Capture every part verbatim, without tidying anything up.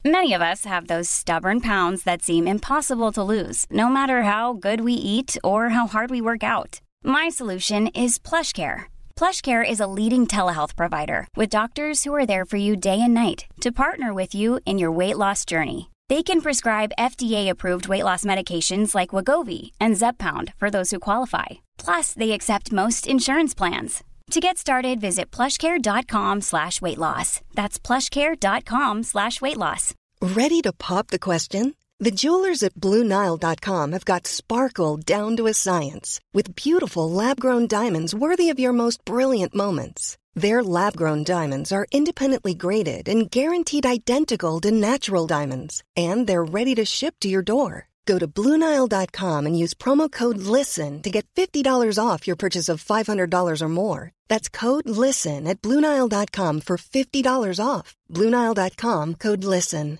Many of us have those stubborn pounds that seem impossible to lose, no matter how good we eat or how hard we work out. My solution is PlushCare. PlushCare is a leading telehealth provider with doctors who are there for you day and night to partner with you in your weight loss journey. They can prescribe F D A-approved weight loss medications like Wegovy and Zepbound for those who qualify. Plus, they accept most insurance plans. To get started, visit plushcare.com slash weight loss. That's plushcare.com slash weight loss. Ready to pop the question? The jewelers at Blue Nile dot com have got sparkle down to a science with beautiful lab-grown diamonds worthy of your most brilliant moments. Their lab-grown diamonds are independently graded and guaranteed identical to natural diamonds. And they're ready to ship to your door. Go to Blue Nile dot com and use promo code LISTEN to get fifty dollars off your purchase of five hundred dollars or more. That's code LISTEN at Blue Nile dot com for fifty dollars off. Blue Nile dot com, code LISTEN.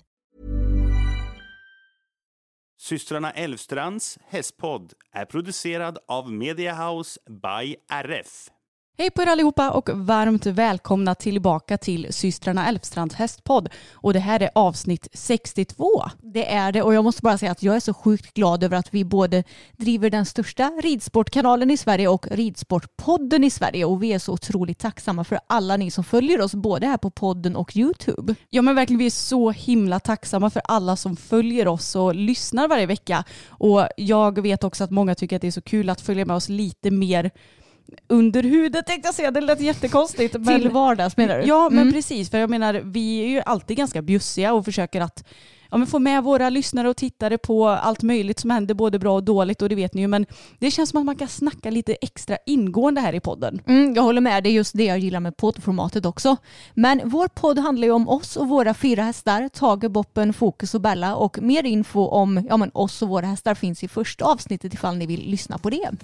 Systrarna Elfstrands hästpodd är producerad av Media House by R F. Hej på er allihopa och varmt välkomna tillbaka till Systrarna Elfstrands hästpodd. Och det här är avsnitt sextiotvå. Det är det, och jag måste bara säga att jag är så sjukt glad över att vi både driver den största ridsportkanalen i Sverige och ridsportpodden i Sverige. Och vi är så otroligt tacksamma för alla ni som följer oss både här på podden och YouTube. Ja men verkligen, vi är så himla tacksamma för alla som följer oss och lyssnar varje vecka. Och jag vet också att många tycker att det är så kul att följa med oss lite mer under huvudet, tänkte jag säga. Det lät jättekonstigt. Men, till vardags menar du? Ja, men mm. precis. För jag menar, vi är ju alltid ganska bjussiga och försöker att ja, men få med våra lyssnare och tittare på allt möjligt som händer, både bra och dåligt. Och det vet ni ju, men det känns som att man kan snacka lite extra ingående här i podden. Mm, jag håller med, det är just det jag gillar med poddformatet också. Men vår podd handlar ju om oss och våra fyra hästar, Tage, Boppen, Fokus och Bella. Och mer info om ja, men oss och våra hästar finns i första avsnittet ifall ni vill lyssna på det.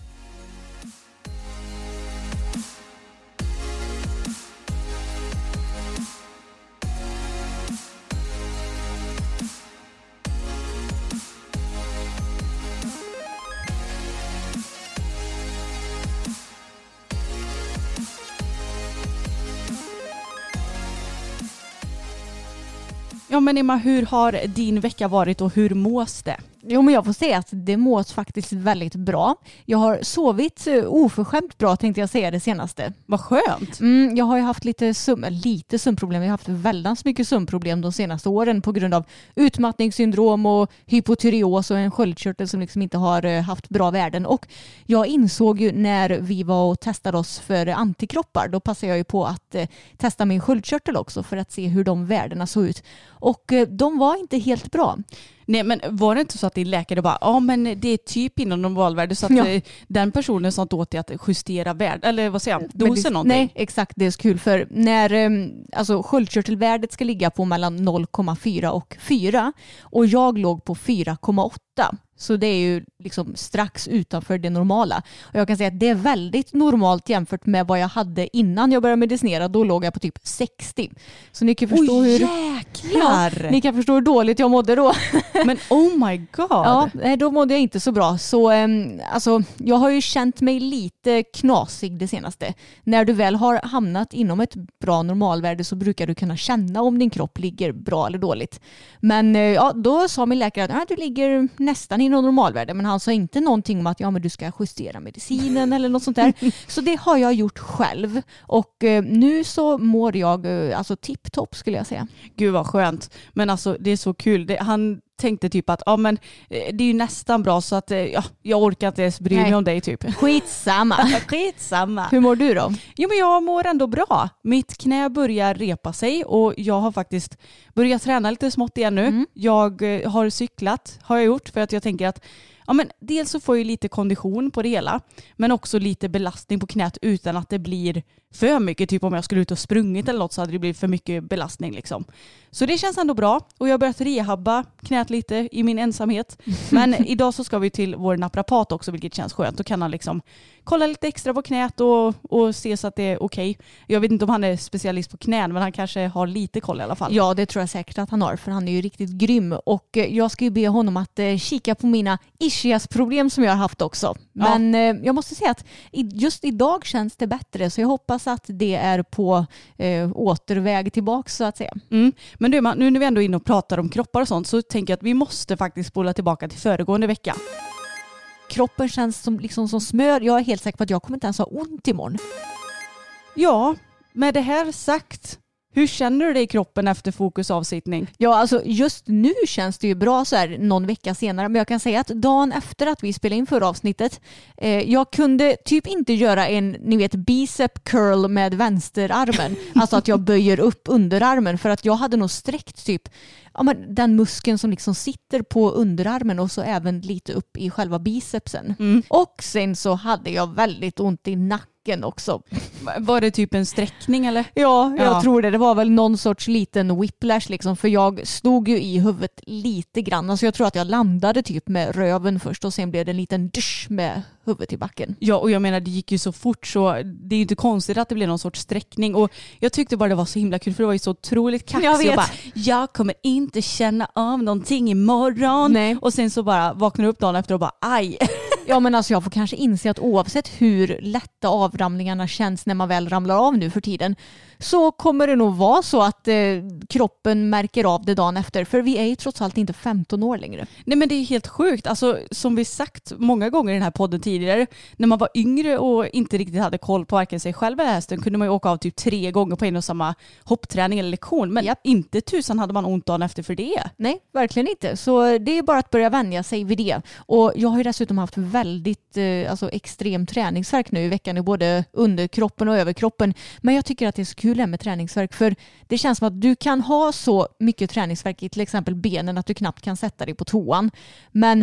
Ja men Emma, hur har din vecka varit och hur mås det? Jo men jag får säga att det mås faktiskt väldigt bra. Jag har sovit oförskämt bra, tänkte jag säga det senaste. Vad skönt. Mm, jag har ju haft lite, söm, lite sömnproblem. Jag har haft väldigt mycket sömnproblem de senaste åren på grund av utmattningssyndrom och hypotyreos och en sköldkörtel som liksom inte har haft bra värden. Och jag insåg ju när vi var och testade oss för antikroppar, då passade jag ju på att eh, testa min sköldkörtel också för att se hur de värdena såg ut. Och eh, de var inte helt bra. Nej, men var det inte så att din läkare bara, ja men det är typ inom normalvärde, så att ja. den personen sa åt dig att justera värde, eller vad säger jag, dosen det, någonting? Nej, exakt, det är så kul för när alltså sköldkörtelvärdet ska ligga på mellan noll komma fyra och fyra och jag låg på fyra komma åtta. Så det är ju liksom strax utanför det normala. Och jag kan säga att det är väldigt normalt jämfört med vad jag hade innan jag började medicinera. Då låg jag på typ sextio. Så ni kan förstå oh, hur... jäklar! Ja, ni kan förstå hur dåligt jag mådde då. Men oh my god! Ja, då mådde jag inte så bra. Så um, alltså, jag har ju känt mig lite knasig det senaste. När du väl har hamnat inom ett bra normalvärde så brukar du kunna känna om din kropp ligger bra eller dåligt. Men uh, ja, då sa min läkare att ah, du ligger nästan inom normalvärde, men han sa inte någonting om att ja, men du ska justera medicinen eller något sånt där. Så det har jag gjort själv och eh, nu så mår jag eh, alltså tipptopp skulle jag säga. Gud vad skönt. Men alltså det är så kul. Det, han tänkte typ att ja, men det är ju nästan bra så att ja, jag orkar inte ens bry mig om dig typ. Skitsamma. Skitsamma. Hur mår du då? Jo men jag mår ändå bra. Mitt knä börjar repa sig och jag har faktiskt börjat träna lite smått igen nu. Mm. Jag har cyklat, har jag gjort, för att jag tänker att ja, men dels så får jag lite kondition på det hela, men också lite belastning på knät utan att det blir för mycket. Typ om jag skulle ut och sprungit eller något så hade det blivit för mycket belastning liksom. Så det känns ändå bra och jag har börjat rehabba knät lite i min ensamhet. Men idag så ska vi till vår naprapat också, vilket känns skönt. Då kan han liksom kolla lite extra på knät och, och se så att det är okej. Okay. Jag vet inte om han är specialist på knän, men han kanske har lite koll i alla fall. Ja, det tror jag säkert att han har, för han är ju riktigt grym. Och jag ska ju be honom att kika på mina ischiasproblem som jag har haft också. Men ja. jag måste säga att just idag känns det bättre, så jag hoppas att det är på eh, återväg tillbaka så att säga. Mm. Men du, nu när vi ändå är inne och pratar om kroppar och sånt så tänker jag att vi måste faktiskt spola tillbaka till föregående vecka. Kroppen känns som, liksom som smör. Jag är helt säker på att jag kommer inte ens ha ont imorgon. Ja, med det här sagt, hur känner du dig i kroppen efter fokusavsittning? Ja, alltså just nu känns det ju bra så här någon vecka senare. Men jag kan säga att dagen efter att vi spelade in förra avsnittet, eh, jag kunde typ inte göra en, ni vet, bicep curl med vänsterarmen. Alltså att jag böjer upp underarmen för att jag hade nog sträckt typ ja, men den muskeln som liksom sitter på underarmen och så även lite upp i själva bicepsen. Mm. Och sen så hade jag väldigt ont i nacken också. Var det typ en sträckning eller? Ja, jag ja. tror det. Det var väl någon sorts liten whiplash liksom, för jag stod ju i huvudet lite grann. Alltså jag tror att jag landade typ med röven först och sen blev det en liten dusch med huvudet i backen. Ja, och jag menar det gick ju så fort så det är ju inte konstigt att det blev någon sorts sträckning. Och jag tyckte bara det var så himla kul för det var ju så otroligt kaxigt. Jag, jag bara, jag kommer inte känna av någonting imorgon. Nej. Och sen så bara vaknar du upp dagen efter och bara aj. Ja, men alltså jag får kanske inse att oavsett hur lätta avramlingarna känns när man väl ramlar av nu för tiden så kommer det nog vara så att eh, kroppen märker av det dagen efter. För vi är ju trots allt inte femton år längre. Nej, men det är helt sjukt. Alltså, som vi sagt många gånger i den här podden tidigare, när man var yngre och inte riktigt hade koll på varken sig själv eller hästen kunde man ju åka av typ tre gånger på en och samma hoppträning eller lektion. Men yep. inte tusan hade man ont dagen efter för det. Nej, verkligen inte. Så det är bara att börja vänja sig vid det. Och jag har ju dessutom haft väldigt eh, alltså extrem träningsvärk nu i veckan i både underkroppen och överkroppen. Men jag tycker att det är så kul med träningsvärk för det känns som att du kan ha så mycket träningsvärk i till exempel benen att du knappt kan sätta dig på toan. Men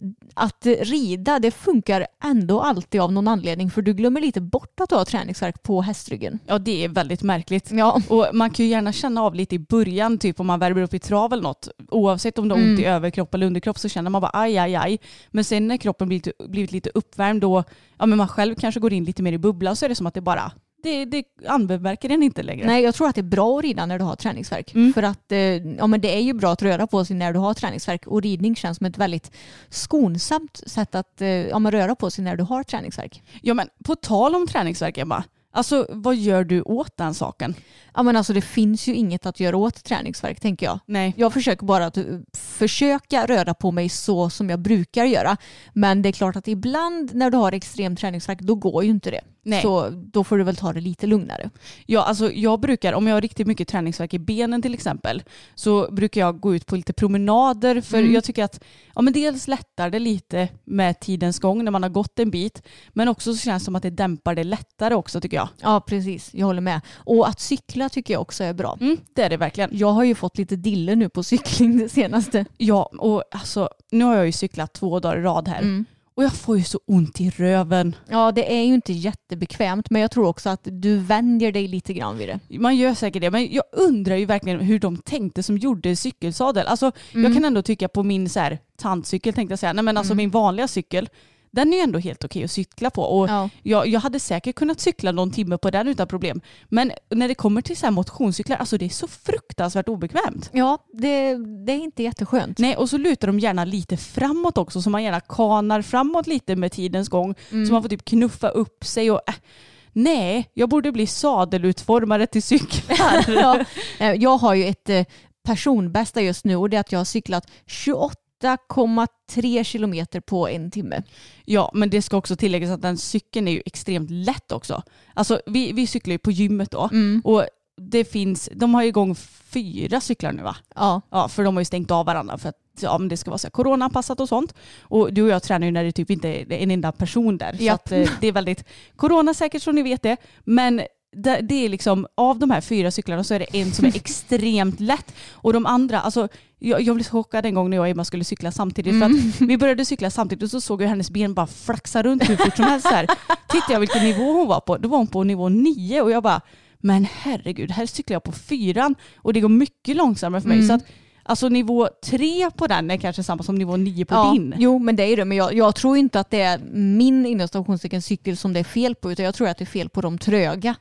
att rida, det funkar ändå alltid av någon anledning för du glömmer lite bort att du har träningsvärk på hästryggen. Ja, det är väldigt märkligt. Ja. Och man kan ju gärna känna av lite i början typ om man värmer upp i trav eller något. Oavsett om det har ont mm. i överkropp eller underkropp så känner man bara aj, aj, aj. Men sen när kroppen blivit, blivit lite uppvärmd då, ja men man själv kanske går in lite mer i bubbla så är det som att det bara Det, det anmärker den inte längre. Nej, jag tror att det är bra att rida när du har träningsvärk. Mm. För att eh, ja, men det är ju bra att röra på sig när du har träningsvärk. Och ridning känns som ett väldigt skonsamt sätt att eh, ja, men röra på sig när du har träningsvärk. Ja, men på tal om träningsvärk, Emma. Alltså, vad gör du åt den saken? Ja, men alltså det finns ju inget att göra åt träningsvärk, tänker jag. Nej. Jag försöker bara att försöka röra på mig så som jag brukar göra. Men det är klart att ibland när du har extrem träningsvärk, då går ju inte det. Nej. Så då får du väl ta det lite lugnare. Ja, alltså jag brukar, om jag har riktigt mycket träningsvärk i benen till exempel, så brukar jag gå ut på lite promenader. För mm. jag tycker att ja, men dels lättar det lite med tidens gång när man har gått en bit. Men också så känns det som att det dämpar det lättare också, tycker jag. Ja, precis. Jag håller med. Och att cykla tycker jag också är bra. Mm, det är det verkligen. Jag har ju fått lite dille nu på cykling det senaste. Ja, och alltså nu har jag ju cyklat två dagar i rad här. Mm. Och jag får ju så ont i röven. Ja, det är ju inte jättebekvämt. Men jag tror också att du vänjer dig lite grann vid det. Man gör säkert det. Men jag undrar ju verkligen hur de tänkte som gjorde cykelsadel. Alltså, mm. jag kan ändå tycka på min så här, tandcykel tänkte jag säga. Nej, men alltså mm. min vanliga cykel. Den är ju ändå helt okej att cykla på. Och ja. jag, jag hade säkert kunnat cykla någon timme på den utan problem. Men när det kommer till så här motionscyklar, alltså det är så fruktansvärt obekvämt. Ja, det, det är inte jätteskönt. Nej, och så lutar de gärna lite framåt också. Så man gärna kanar framåt lite med tidens gång. Mm. Så man får typ knuffa upp sig och... Äh, nej, jag borde bli sadelutformare till cyklar. Ja, jag har ju ett personbästa just nu och det är att jag har cyklat tjugoåtta komma tre kilometer på en timme. Ja, men det ska också tilläggas att den cykeln är ju extremt lätt också. Alltså vi, vi cyklar ju på gymmet då. Mm. Och det finns, de har ju igång fyra cyklar nu va? Ja. Ja, för de har ju stängt av varandra för att ja, men det ska vara så här coronaanpassat och sånt. Och du och jag tränar ju när det typ inte är en enda person där. Så att, det är väldigt coronasäkert så ni vet det. Men det, det är liksom, av de här fyra cyklarna så är det en som är extremt lätt. Och de andra, alltså jag, jag blev chockad en gång när jag och Emma skulle cykla samtidigt. Mm. För att vi började cykla samtidigt och så såg jag hennes ben bara flaxa runt hur fort som helst. Så här. Tittade jag vilken nivå hon var på. Då var hon på nivå nio och jag bara, men herregud, här cyklar jag på fyran. Och det går mycket långsammare för mig. Mm. Så att alltså nivå tre på den är kanske samma som nivå nio på ja, din. Jo, men det är det. Men jag, jag tror inte att det är min inom stationscykeln cykel som det är fel på. Utan jag tror att det är fel på de tröga.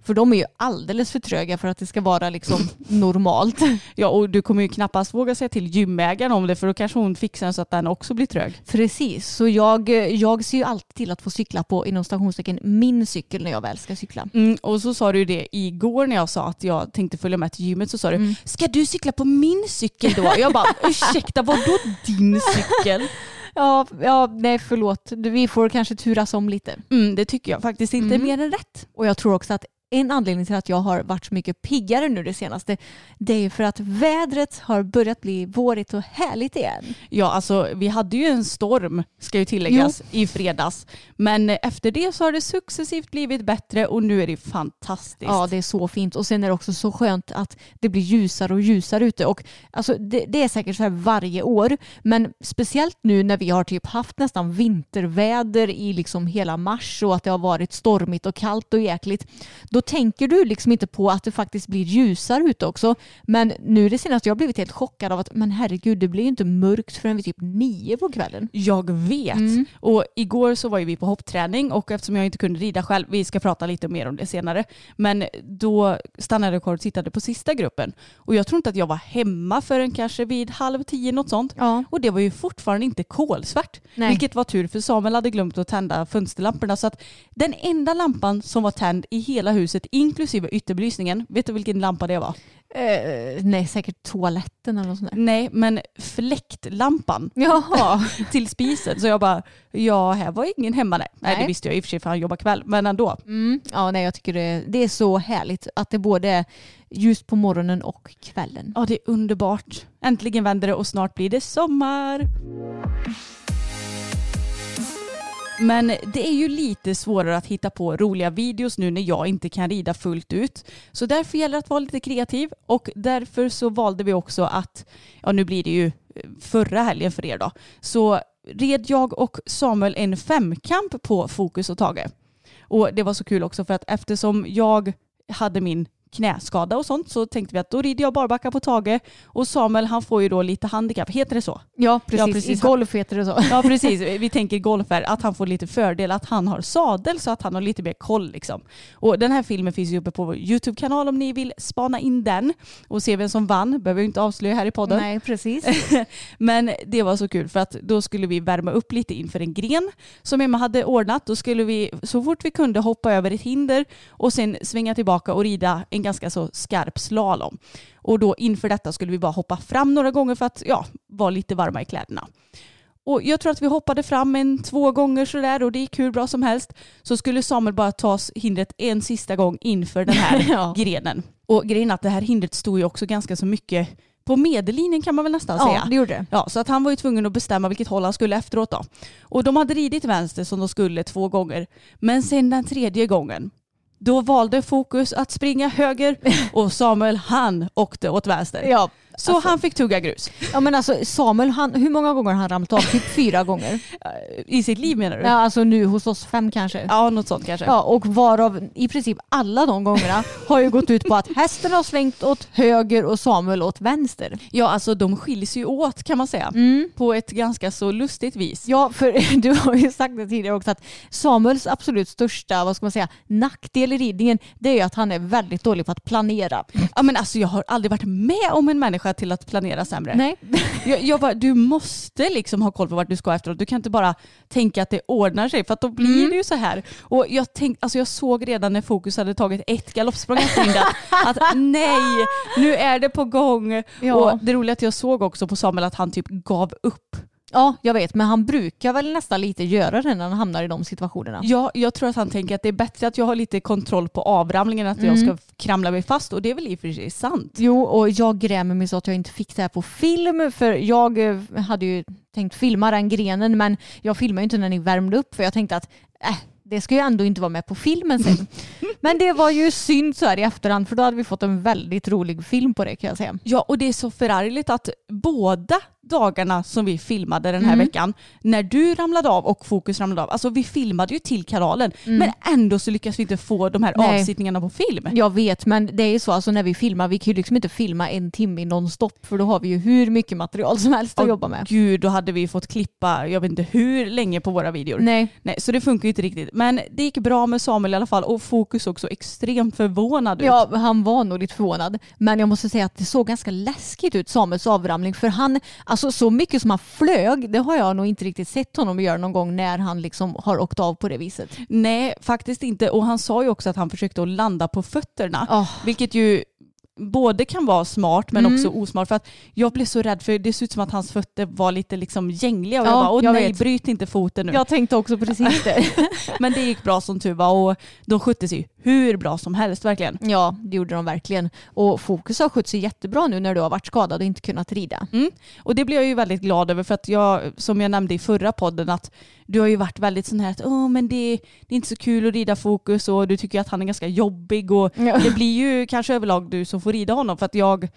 För de är ju alldeles för tröga för att det ska vara liksom normalt. Ja, och du kommer ju knappast våga säga till gymägaren om det, för då kanske hon fixar så att den också blir trög. Precis, så jag, jag ser ju alltid till att få cykla på inom stationstecken min cykel när jag väl ska cykla. Mm, och så sa du det igår när jag sa att jag tänkte följa med till gymmet, så sa du, mm. ska du cykla på min cykel då? Jag bara, ursäkta, vadå din cykel? Ja, ja, nej förlåt. Vi får kanske turas om lite. Mm, det tycker jag faktiskt inte mm. mer än rätt. Och jag tror också att en anledning till att jag har varit så mycket piggare nu det senaste, det är för att vädret har börjat bli vårigt och härligt igen. Ja, alltså vi hade ju en storm, ska ju tilläggas, jo. i fredags. Men efter det så har det successivt blivit bättre och nu är det fantastiskt. Ja, det är så fint. Och sen är det också så skönt att det blir ljusare och ljusare ute. Och alltså, det, det är säkert så här varje år. Men speciellt nu när vi har typ haft nästan vinterväder i liksom hela mars och att det har varit stormigt och kallt och jäkligt. Då tänker du liksom inte på att det faktiskt blir ljusare ute också. Men nu är det senast jag har blivit helt chockad av att men herregud, det blir ju inte mörkt förrän vid typ nio på kvällen. Jag vet. Mm. Och igår så var ju vi på hoppträning och eftersom jag inte kunde rida själv, vi ska prata lite mer om det senare, men då stannade jag kvar och tittade på sista gruppen. Och jag tror inte att jag var hemma förrän kanske vid halv tio, något sånt. Ja. Och det var ju fortfarande inte kolsvart. Nej. Vilket var tur, för Samuel hade glömt att tända fönsterlamporna, så att den enda lampan som var tänd i hela huset inklusive ytterbelysningen, vet du vilken lampa det var? Uh, nej, säkert toaletten eller något sånt där. Nej, men fläktlampan. Jaha. Till spisen. Så jag bara, ja, här var ingen hemma. Nej, nej. Det visste jag i och för sig för han jobbar kväll, men ändå. Mm. Ja, nej, jag tycker det, det är så härligt att det både är ljust på morgonen och kvällen. Ja, det är underbart. Äntligen vänder det och snart blir det sommar. Men det är ju lite svårare att hitta på roliga videos nu när jag inte kan rida fullt ut. Så därför gäller det att vara lite kreativ. Och därför så valde vi också att, ja nu blir det ju förra helgen för er då. Så red jag och Samuel en femkamp på Fokus och Tage. Och det var så kul också för att eftersom jag hade min knäskada och sånt så tänkte vi att då rider jag barbacka på Tage och Samuel han får ju då lite handikapp. Heter det så? Ja, precis. Ja, precis. I golf heter det så. Ja, precis. Vi tänker golf är att han får lite fördel att han har sadel så att han har lite mer koll liksom. Och den här filmen finns ju uppe på vår YouTube-kanal om ni vill spana in den och se vem som vann. Behöver ju inte avslöja här i podden. Nej, precis. Men det var så kul för att då skulle vi värma upp lite inför en gren som Emma hade ordnat. Då skulle vi så fort vi kunde hoppa över ett hinder och sen svänga tillbaka och rida en ganska så skarp slalom. Och då inför detta skulle vi bara hoppa fram några gånger för att ja, vara lite varma i kläderna. Och jag tror att vi hoppade fram en två gånger sådär och det gick hur bra som helst. Så skulle Samuel bara ta hindret en sista gång inför den här ja. grenen. Och grejen är att det här hindret stod ju också ganska så mycket på medellinjen kan man väl nästan ja, säga. Ja, det gjorde det. Ja, så att han var ju tvungen att bestämma vilket håll han skulle efteråt då. Och de hade ridit vänster som de skulle två gånger. Men sen den tredje gången då valde Fokus att springa höger och Samuel han åkte åt vänster. Ja, så alltså, han fick tugga grus. Ja men alltså Samuel, han, hur många gånger har han ramlat av? Typ fyra gånger. I sitt liv menar du? Ja alltså nu hos oss fem kanske. Ja något sånt kanske. Ja och varav i princip alla de gångerna har ju gått ut på att hästen har svängt åt höger och Samuel åt vänster. Ja alltså de skiljs ju åt kan man säga. Mm. På ett ganska så lustigt vis. Ja för du har ju sagt det tidigare också att Samuels absolut största, vad ska man säga, nackdel i ridningen det är ju att han är väldigt dålig på att planera. Ja men alltså jag har aldrig varit med om en människa till att planera sämre. Nej. Jag, jag bara, du måste liksom ha koll på vart du ska efteråt. Du kan inte bara tänka att det ordnar sig för att då blir mm. det ju så här. Och jag tänkte, alltså jag såg redan när Fokus hade tagit ett galoppsprång efter Linda att nej, nu är det på gång. Ja. Och det roliga är att jag såg också på Samuel att han typ gav upp. Ja, jag vet. Men han brukar väl nästan lite göra det när han hamnar i de situationerna. Ja, jag tror att han tänker att det är bättre att jag har lite kontroll på avramlingen att mm. jag ska kramla mig fast. Och det är väl i och för sig sant. Jo, och jag grämer mig så att jag inte fick det här på film. För jag hade ju tänkt filma den grenen. Men jag filmade ju inte när ni värmde upp. För jag tänkte att äh, det ska ju ändå inte vara med på filmen sen. Men det var ju synd så här i efterhand. För då hade vi fått en väldigt rolig film på det kan jag säga. Ja, och det är så förargligt att båda dagarna som vi filmade den här mm. veckan, när du ramlade av och Fokus ramlade av, alltså vi filmade ju till kanalen, mm. men ändå så lyckas vi inte få de här Nej. avsittningarna på film. Jag vet, men det är ju så, alltså när vi filmar, vi kan ju liksom inte filma en timme nonstop, för då har vi ju hur mycket material som helst att och jobba med. Gud, då hade vi fått klippa, jag vet inte hur länge på våra videor. Nej. Nej, så det funkar ju inte riktigt. Men det gick bra med Samuel i alla fall, och Fokus Fokus såg så extremt förvånad ut. Ja, han var nog lite förvånad. Men jag måste säga att det såg ganska läskigt ut, Samuels avramling. För han, alltså så mycket som han flög, det har jag nog inte riktigt sett honom göra någon gång när han liksom har åkt av på det viset. Nej, faktiskt inte. Och han sa ju också att han försökte att landa på fötterna. Oh. Vilket ju både kan vara smart men Mm. också osmart. För att jag blev så rädd för det ser ut som att hans fötter var lite liksom gängliga. Och Ja, jag bara, åh jag nej, vet. bryt inte foten nu. Jag tänkte också precis det. Men det gick bra som tur var och de skötte sig hur bra som helst verkligen. Ja, det gjorde de verkligen. Och Fokus har skött sig jättebra nu när du har varit skadad och inte kunnat rida. Mm. Och det blir jag ju väldigt glad över för att jag, som jag nämnde i förra podden, att du har ju varit väldigt sån här att åh, men det, det är inte så kul att rida Fokus och du tycker att han är ganska jobbig och Ja. det blir ju kanske överlag du som får rida honom för att jag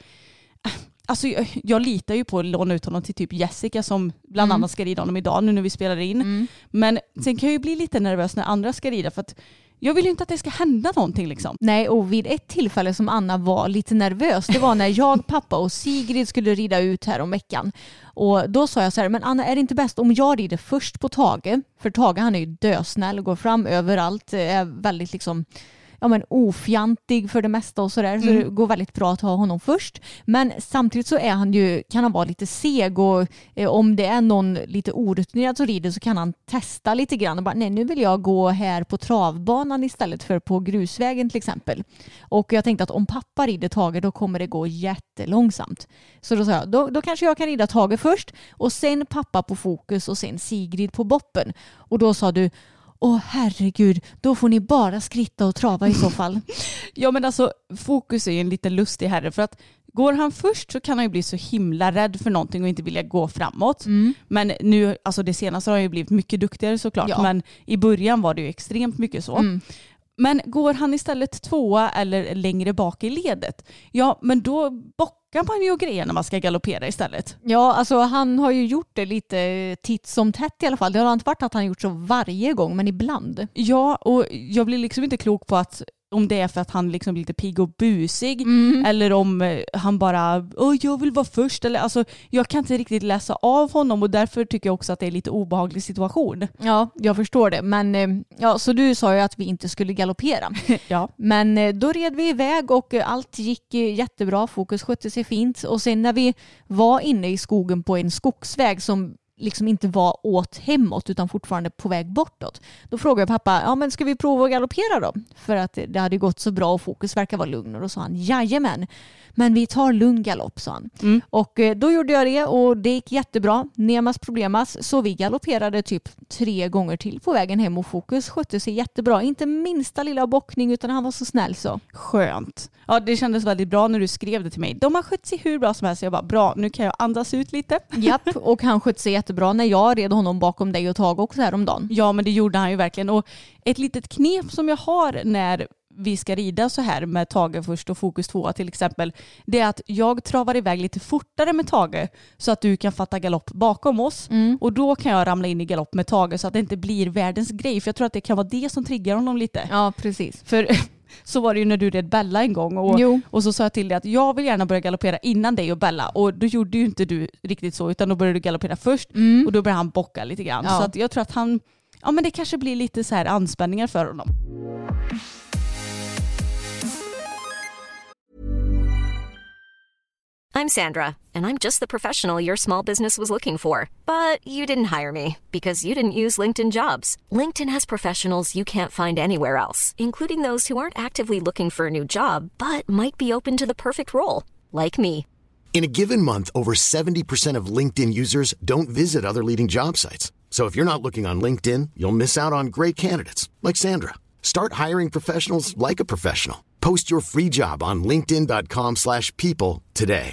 Alltså jag, jag litar ju på att låna ut honom till typ Jessica som bland Mm. annat ska rida honom idag nu när vi spelar in. Mm. Men sen kan jag ju bli lite nervös när andra ska rida för att jag vill ju inte att det ska hända någonting liksom. Nej, och vid ett tillfälle som Anna var lite nervös, det var när jag, pappa och Sigrid skulle rida ut här om veckan. Och då sa jag så här, men Anna, är det inte bäst om jag rider först på Tage? För Tage, han är ju dösnäll och går fram överallt, är väldigt liksom ja, men ofjantig för det mesta och sådär. Så Mm. det går väldigt bra att ha honom först. Men samtidigt så är han ju, kan han vara lite seg och eh, om det är någon lite orutinerad som rider så kan han testa lite grann och bara, nej nu vill jag gå här på travbanan istället för på grusvägen till exempel. Och jag tänkte att om pappa rider Tage då kommer det gå jättelångsamt. Så då sa jag, då, då kanske jag kan rida Tage först och sen pappa på Fokus och sen Sigrid på boppen. Och då sa du, åh herregud, då får ni bara skritta och trava i så fall. Ja men alltså Fokus är ju en lite lustig herre för att går han först så kan han ju bli så himla rädd för någonting och inte vilja gå framåt. Mm. Men nu, alltså det senaste har han ju blivit mycket duktigare såklart. Ja. Men i början var det ju extremt mycket så. Mm. Men går han istället tvåa eller längre bak i ledet, ja men då bockar man ju grejer när man ska galoppera istället. Ja, alltså han har ju gjort det lite titt som tätt i alla fall. Det har inte varit att han gjort så varje gång, men ibland. Ja, och jag blir liksom inte klok på att om det är för att han liksom blir lite pigg och busig Mm. eller om eh, han bara åh jag vill vara först eller alltså jag kan inte riktigt läsa av honom och därför tycker jag också att det är lite obehaglig situation. Ja, jag förstår det. Men eh, ja, så du sa ju att vi inte skulle galoppera. Ja. Men eh, då red vi iväg och eh, allt gick eh, jättebra. Fokus skötte sig fint. Och sen när vi var inne i skogen på en skogsväg som liksom inte var åt hemåt utan fortfarande på väg bortåt. Då frågade jag pappa, ja men ska vi prova att galoppera då? För att det hade gått så bra och Fokus verkar vara lugn. Och då sa han, jajamän. Men vi tar lugn galopp, sa han. Mm. Och eh, då gjorde jag det och det gick jättebra. Nemas problemas. Så vi galopperade typ tre gånger till på vägen hem och Fokus skötte sig jättebra. Inte minsta lilla bockning utan han var så snäll så. Skönt. Ja, det kändes väldigt bra när du skrev det till mig. De har skött sig hur bra som helst. Jag bara, bra, nu kan jag andas ut lite. Japp, och han skötte sig jättebra när jag red honom bakom dig och Tage också här om dagen. Ja, men det gjorde han ju verkligen. Och ett litet knep som jag har när vi ska rida så här med Tage först och Fokus tvåa till exempel, det är att jag travar iväg lite fortare med Tage så att du kan fatta galopp bakom oss. Mm. Och då kan jag ramla in i galopp med Tage så att det inte blir världens grej. För jag tror att det kan vara det som triggar honom lite. Ja, precis. För så var det ju när du red Bella en gång och, Jo. och så sa jag till dig att jag vill gärna börja galoppera innan dig och Bella och då gjorde ju inte du riktigt så utan då började du galoppera först Mm. och då började han bocka lite grann. Ja. Så att jag tror att han, ja men det kanske blir lite så här anspänningar för honom. I'm Sandra, and I'm just the professional your small business was looking for. But you didn't hire me because you didn't use LinkedIn Jobs. LinkedIn has professionals you can't find anywhere else, including those who aren't actively looking for a new job, but might be open to the perfect role, like me. In a given month, over seventy percent of LinkedIn users don't visit other leading job sites. So if you're not looking on LinkedIn, you'll miss out on great candidates like Sandra. Start hiring professionals like a professional. Post your free job on linkedin dot com slash people today.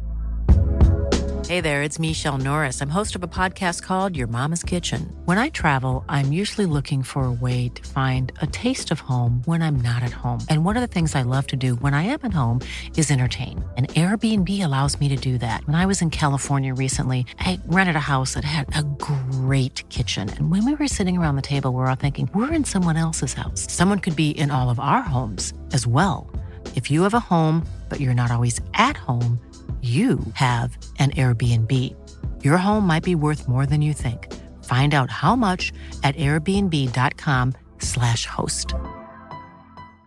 Hey there, it's Michelle Norris. I'm host of a podcast called Your Mama's Kitchen. When I travel, I'm usually looking for a way to find a taste of home when I'm not at home. And one of the things I love to do when I am at home is entertain. And Airbnb allows me to do that. When I was in California recently, I rented a house that had a great kitchen. And when we were sitting around the table, we were all thinking, we're in someone else's house. Someone could be in all of our homes as well. If you have a home, but you're not always at home, you have an Airbnb. Your home might be worth more than you think. Find out how much at airbnb dot com slash host.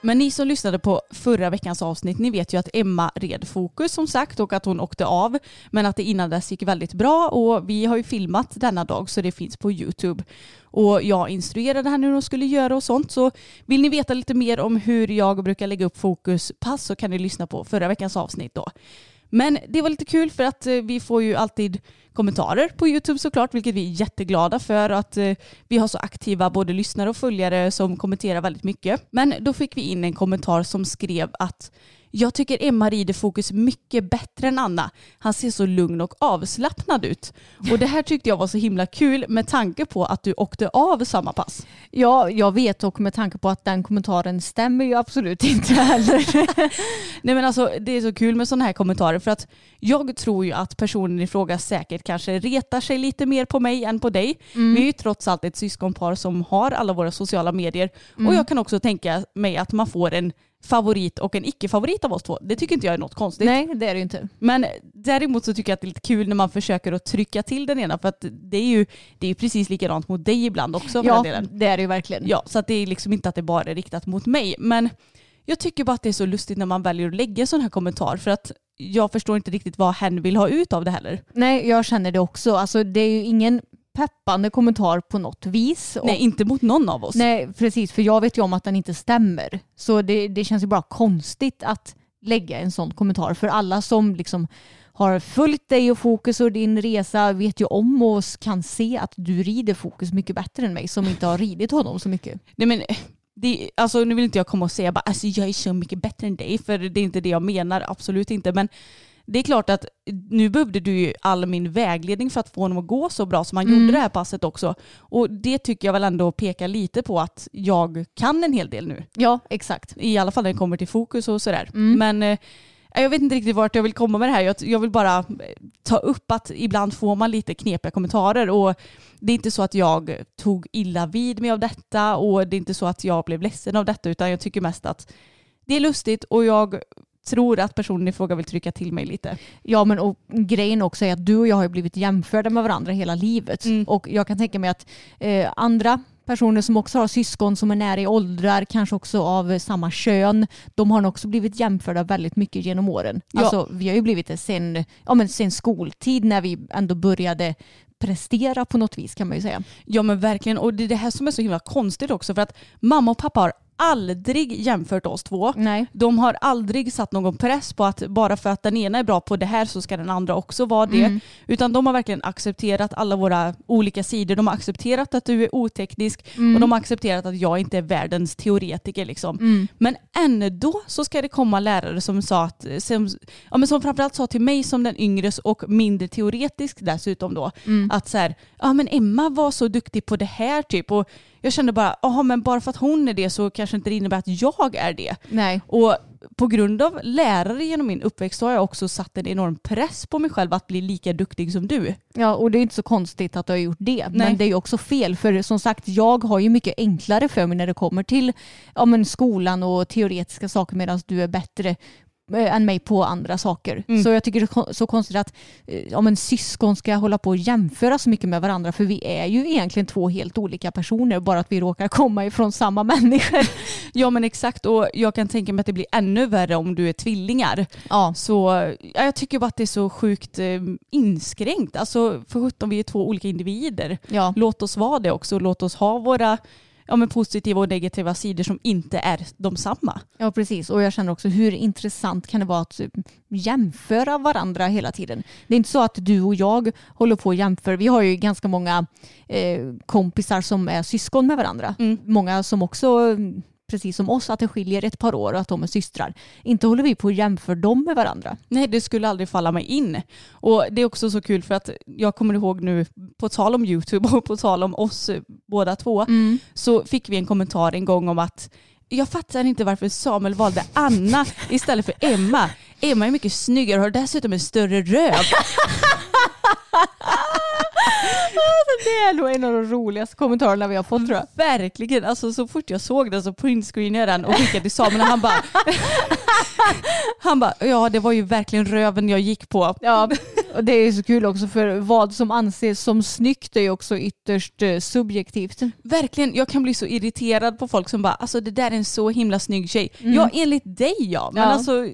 Men ni som lyssnade på förra veckans avsnitt, ni vet ju att Emma red fokus som sagt och att hon åkte av. Men att det innan dess gick väldigt bra och vi har ju filmat denna dag så det finns på YouTube. Och jag instruerade henne hur hon skulle göra och sånt. Så vill ni veta lite mer om hur jag brukar lägga upp fokuspass så kan ni lyssna på förra veckans avsnitt då. Men det var lite kul för att vi får ju alltid kommentarer på YouTube såklart, vilket vi är jätteglada för att vi har så aktiva både lyssnare och följare som kommenterar väldigt mycket. Men då fick vi in en kommentar som skrev att jag tycker Emma rider fokus mycket bättre än Anna. Han ser så lugn och avslappnad ut. Och det här tyckte jag var så himla kul med tanke på att du åkte av samma pass. Ja, jag vet och med tanke på att den kommentaren stämmer ju absolut inte heller. Nej men alltså det är så kul med sådana här kommentarer för att jag tror ju att personen i fråga säkert kanske retar sig lite mer på mig än på dig. Mm. Vi är ju trots allt ett syskonpar som har alla våra sociala medier. Mm. Och jag kan också tänka mig att man får en favorit och en icke-favorit av oss två. Det tycker inte jag är något konstigt. Nej, det är det ju inte. Men däremot så tycker jag att det är lite kul när man försöker att trycka till den ena för att det är ju, det är ju precis likadant mot dig ibland också. För ja, den delen. Det är det ju verkligen. Ja, så att det är liksom inte att det bara är riktat mot mig. Men jag tycker bara att det är så lustigt när man väljer att lägga en sån här kommentar för att jag förstår inte riktigt vad hen vill ha ut av det heller. Nej, jag känner det också. Alltså det är ju ingen peppande kommentar på något vis. Nej, inte mot någon av oss. Nej, precis. För jag vet ju om att den inte stämmer. Så det, det känns ju bara konstigt att lägga en sån kommentar. För alla som liksom har följt dig och fokus och din resa vet ju om och kan se att du rider fokus mycket bättre än mig som inte har ridit honom så mycket. Nej, men det, alltså, nu vill inte jag komma och säga bara, alltså, jag är så mycket bättre än dig. För det är inte det jag menar, absolut inte. Men det är klart att nu behövde du ju all min vägledning för att få honom att gå så bra som han mm. gjorde det här passet också. Och det tycker jag väl ändå pekar lite på att jag kan en hel del nu. Ja, exakt. I alla fall när det kommer till fokus och sådär. Mm. Men eh, jag vet inte riktigt vart jag vill komma med det här. Jag, jag vill bara ta upp att ibland får man lite knepiga kommentarer. Och det är inte så att jag tog illa vid mig av detta. Och det är inte så att jag blev ledsen av detta. Utan jag tycker mest att det är lustigt och jag tror att personen i fråga vill trycka till mig lite. Ja, men och grejen också är att du och jag har blivit jämförda med varandra hela livet. Mm. Och jag kan tänka mig att eh, andra personer som också har syskon som är nära i åldrar, kanske också av samma kön, de har också blivit jämförda väldigt mycket genom åren. Ja. Alltså, vi har ju blivit det sen, ja, men sen skoltid när vi ändå började prestera på något vis kan man ju säga. Ja men verkligen, och det är det här som är så himla konstigt också för att mamma och pappa har aldrig jämfört oss två. Nej. De har aldrig satt någon press på att bara för att den ena är bra på det här så ska den andra också vara det. Mm. Utan de har verkligen accepterat alla våra olika sidor. De har accepterat att du är oteknisk mm. och de har accepterat att jag inte är världens teoretiker. Liksom. Mm. Men ändå så ska det komma lärare som sa att, som, ja, men som framförallt sa till mig som den yngre och mindre teoretisk dessutom då, mm. att så här, ja men Emma var så duktig på det här typ och jag kände bara, ja men bara för att hon är det så kanske inte det innebär att jag är det. Nej. Och på grund av lärare genom min uppväxt har jag också satt en enorm press på mig själv att bli lika duktig som du. Ja, och det är inte så konstigt att du har gjort det. Nej. Men det är ju också fel, för som sagt, jag har ju mycket enklare för mig när det kommer till ja, men skolan och teoretiska saker medan du är bättre än mig på andra saker. Mm. Så jag tycker det är så konstigt att om en syskon ska hålla på och jämföra så mycket med varandra, för vi är ju egentligen två helt olika personer, bara att vi råkar komma ifrån samma människor. Ja men exakt, och jag kan tänka mig att det blir ännu värre om du är tvillingar. Ja. Så ja, jag tycker bara att det är så sjukt eh, inskränkt. Alltså för sjutton, vi är två olika individer. Ja. Låt oss vara det också, låt oss ha våra ja, men positiva och negativa sidor som inte är de samma. Ja, precis. Och jag känner också hur intressant kan det vara att jämföra varandra hela tiden. Det är inte så att du och jag håller på att jämföra. Vi har ju ganska många eh, kompisar som är syskon med varandra. Mm. Många som också, precis som oss, att det skiljer ett par år och att de är systrar. Inte håller vi på att jämföra dem med varandra. Nej, det skulle aldrig falla mig in. Och det är också så kul för att jag kommer ihåg nu, på tal om YouTube och på tal om oss båda två, mm. så fick vi en kommentar en gång om att jag fattar inte varför Samuel valde Anna istället för Emma. Emma är mycket snyggare och har dessutom en större röv. Det är nog en av de roligaste kommentarerna vi har fått, tror jag. Verkligen, alltså så fort jag såg den så printscreenade jag den och skickade till Samuel och han bara han bara, ja det var ju verkligen röven jag gick på. Ja, Och det är så kul också för vad som anses som snyggt är ju också ytterst eh, subjektivt. Verkligen, jag kan bli så irriterad på folk som bara, alltså det där är en så himla snygg tjej. Mm. Ja, enligt dig ja. Men ja. alltså,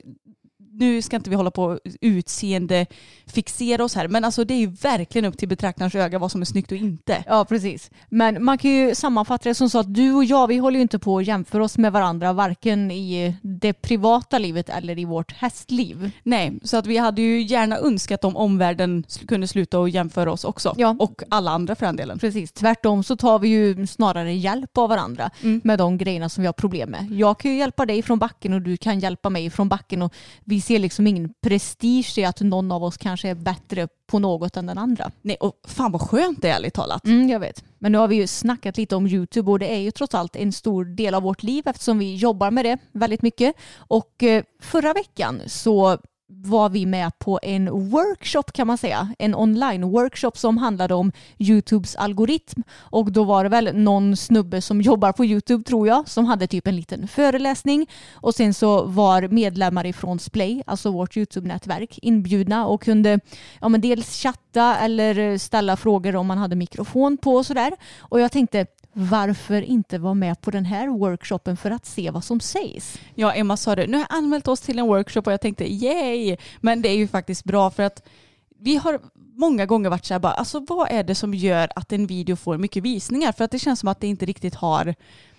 nu ska inte vi hålla på utseende fixera oss här, men alltså det är ju verkligen upp till betraktarens öga vad som är snyggt och inte. Ja, precis. Men man kan ju sammanfatta det som så att du och jag, vi håller ju inte på att jämföra oss med varandra varken i det privata livet eller i vårt hästliv. Nej, så att vi hade ju gärna önskat om omvärlden kunde sluta och jämföra oss också. Ja. Och alla andra för den delen. Precis, tvärtom så tar vi ju snarare hjälp av varandra mm. med de grejerna som vi har problem med. Jag kan ju hjälpa dig från backen och du kan hjälpa mig från backen och vi ser liksom ingen prestige i att någon av oss kanske är bättre på något än den andra. Nej, och fan vad skönt det är, ärligt talat. Mm, jag vet. Men nu har vi ju snackat lite om YouTube och det är ju trots allt en stor del av vårt liv eftersom vi jobbar med det väldigt mycket. Och eh, förra veckan så var vi med på en workshop kan man säga. En online-workshop som handlade om YouTubes algoritm. Och då var det väl någon snubbe som jobbar på YouTube tror jag som hade typ en liten föreläsning. Och sen så var medlemmar ifrån Splay, alltså vårt YouTube-nätverk, inbjudna och kunde ja, men dels chatta eller ställa frågor om man hade mikrofon på och sådär. Och jag tänkte, varför inte vara med på den här workshopen för att se vad som sägs? Ja, Emma sa det. Nu har jag anmält oss till en workshop och jag tänkte, yay! Men det är ju faktiskt bra för att vi har många gånger varit så här bara, alltså vad är det som gör att en video får mycket visningar? För att det känns som att det inte riktigt har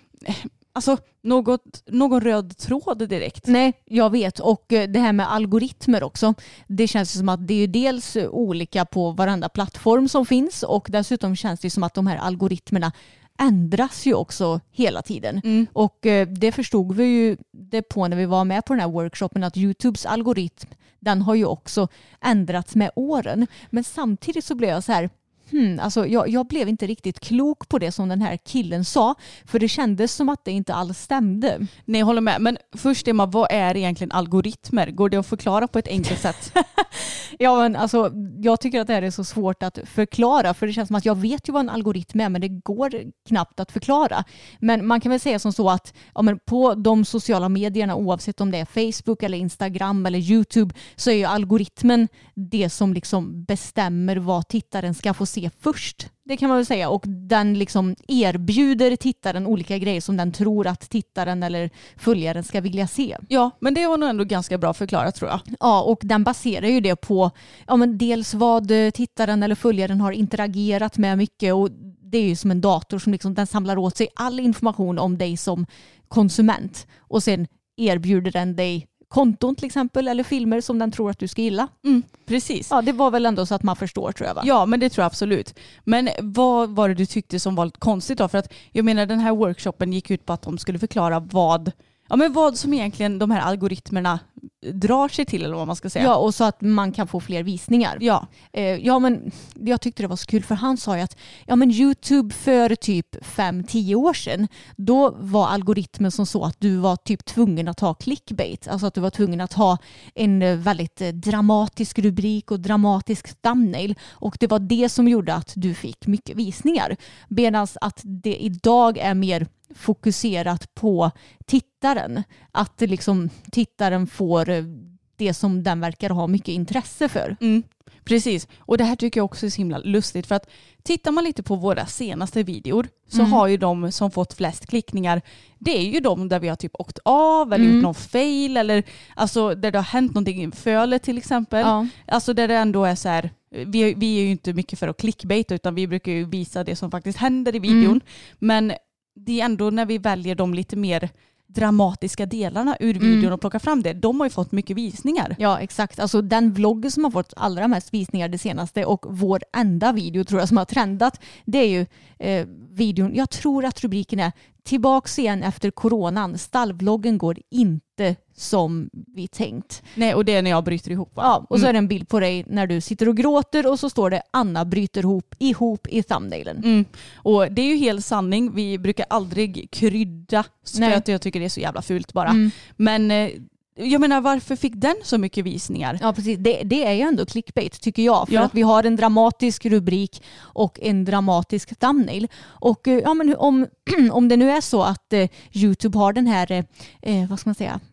alltså något, någon röd tråd direkt. Nej, jag vet. Och det här med algoritmer också. Det känns som att det är dels olika på varenda plattform som finns och dessutom känns det som att de här algoritmerna ändras ju också hela tiden. Mm. Och eh, det förstod vi ju det på när vi var med på den här workshopen att YouTubes algoritm, den har ju också ändrats med åren. Men samtidigt så blev jag så här, Hmm, alltså jag, jag blev inte riktigt klok på det som den här killen sa. För det kändes som att det inte alls stämde. Nej, jag håller med. Men först Emma, vad är egentligen algoritmer? Går det att förklara på ett enkelt sätt? Ja, men alltså jag tycker att det här är så svårt att förklara. För det känns som att jag vet ju vad en algoritm är men det går knappt att förklara. Men man kan väl säga som så att ja, men på de sociala medierna oavsett om det är Facebook eller Instagram eller YouTube så är ju algoritmen det som liksom bestämmer vad tittaren ska få se först. Det kan man väl säga. Och den liksom erbjuder tittaren olika grejer som den tror att tittaren eller följaren ska vilja se. Ja, men det var nog ändå ganska bra förklarat tror jag. Ja, och den baserar ju det på ja, men dels vad tittaren eller följaren har interagerat med mycket och det är ju som en dator som liksom, den samlar åt sig all information om dig som konsument och sen erbjuder den dig konton till exempel eller filmer som den tror att du ska gilla. Mm, precis. Ja, det var väl ändå så att man förstår tror jag va? Ja, men det tror jag absolut. Men vad var det du tyckte som var lite konstigt då? För att jag menar den här workshopen gick ut på att de skulle förklara vad Ja, men vad som egentligen de här algoritmerna drar sig till eller vad man ska säga. Ja, och så att man kan få fler visningar. Ja, eh, ja men jag tyckte det var så kul för han sa ju att ja, men YouTube för typ fem till tio år sedan då var algoritmen som så att du var typ tvungen att ha clickbait. Alltså att du var tvungen att ha en väldigt dramatisk rubrik och dramatisk thumbnail. Och det var det som gjorde att du fick mycket visningar. Medan att det idag är mer fokuserat på tittaren. Att liksom tittaren får det som den verkar ha mycket intresse för. Mm, precis. Och det här tycker jag också är så himla lustigt. För att tittar man lite på våra senaste videor så mm. har ju de som fått flest klickningar, det är ju de där vi har typ åkt av eller mm. gjort någon fail eller alltså där det har hänt någonting i fölet till exempel. Ja. Alltså där det ändå är så här, vi, vi är ju inte mycket för att clickbaita utan vi brukar ju visa det som faktiskt händer i videon. Mm. Men det är ändå när vi väljer de lite mer dramatiska delarna ur videon mm. och plockar fram det. De har ju fått mycket visningar. Ja, exakt. Alltså den vloggen som har fått allra mest visningar det senaste och vår enda video tror jag som har trendat, det är ju eh, videon, jag tror att rubriken är Tillbaks igen efter coronan. Stallvloggen går inte som vi tänkt. Nej, och det är när jag bryter ihop va? Ja, och så mm. är det en bild på dig när du sitter och gråter och så står det Anna bryter ihop, ihop i thumbnailen. Mm. Och det är ju helt sanning. Vi brukar aldrig krydda för att jag tycker det är så jävla fult bara. Mm. Men eh, jag menar, varför fick den så mycket visningar? Ja, precis. Det, det är ju ändå clickbait tycker jag. För ja. att vi har en dramatisk rubrik och en dramatisk thumbnail. Och ja, men om, om det nu är så att eh, YouTube har den här, eh, vad ska man säga,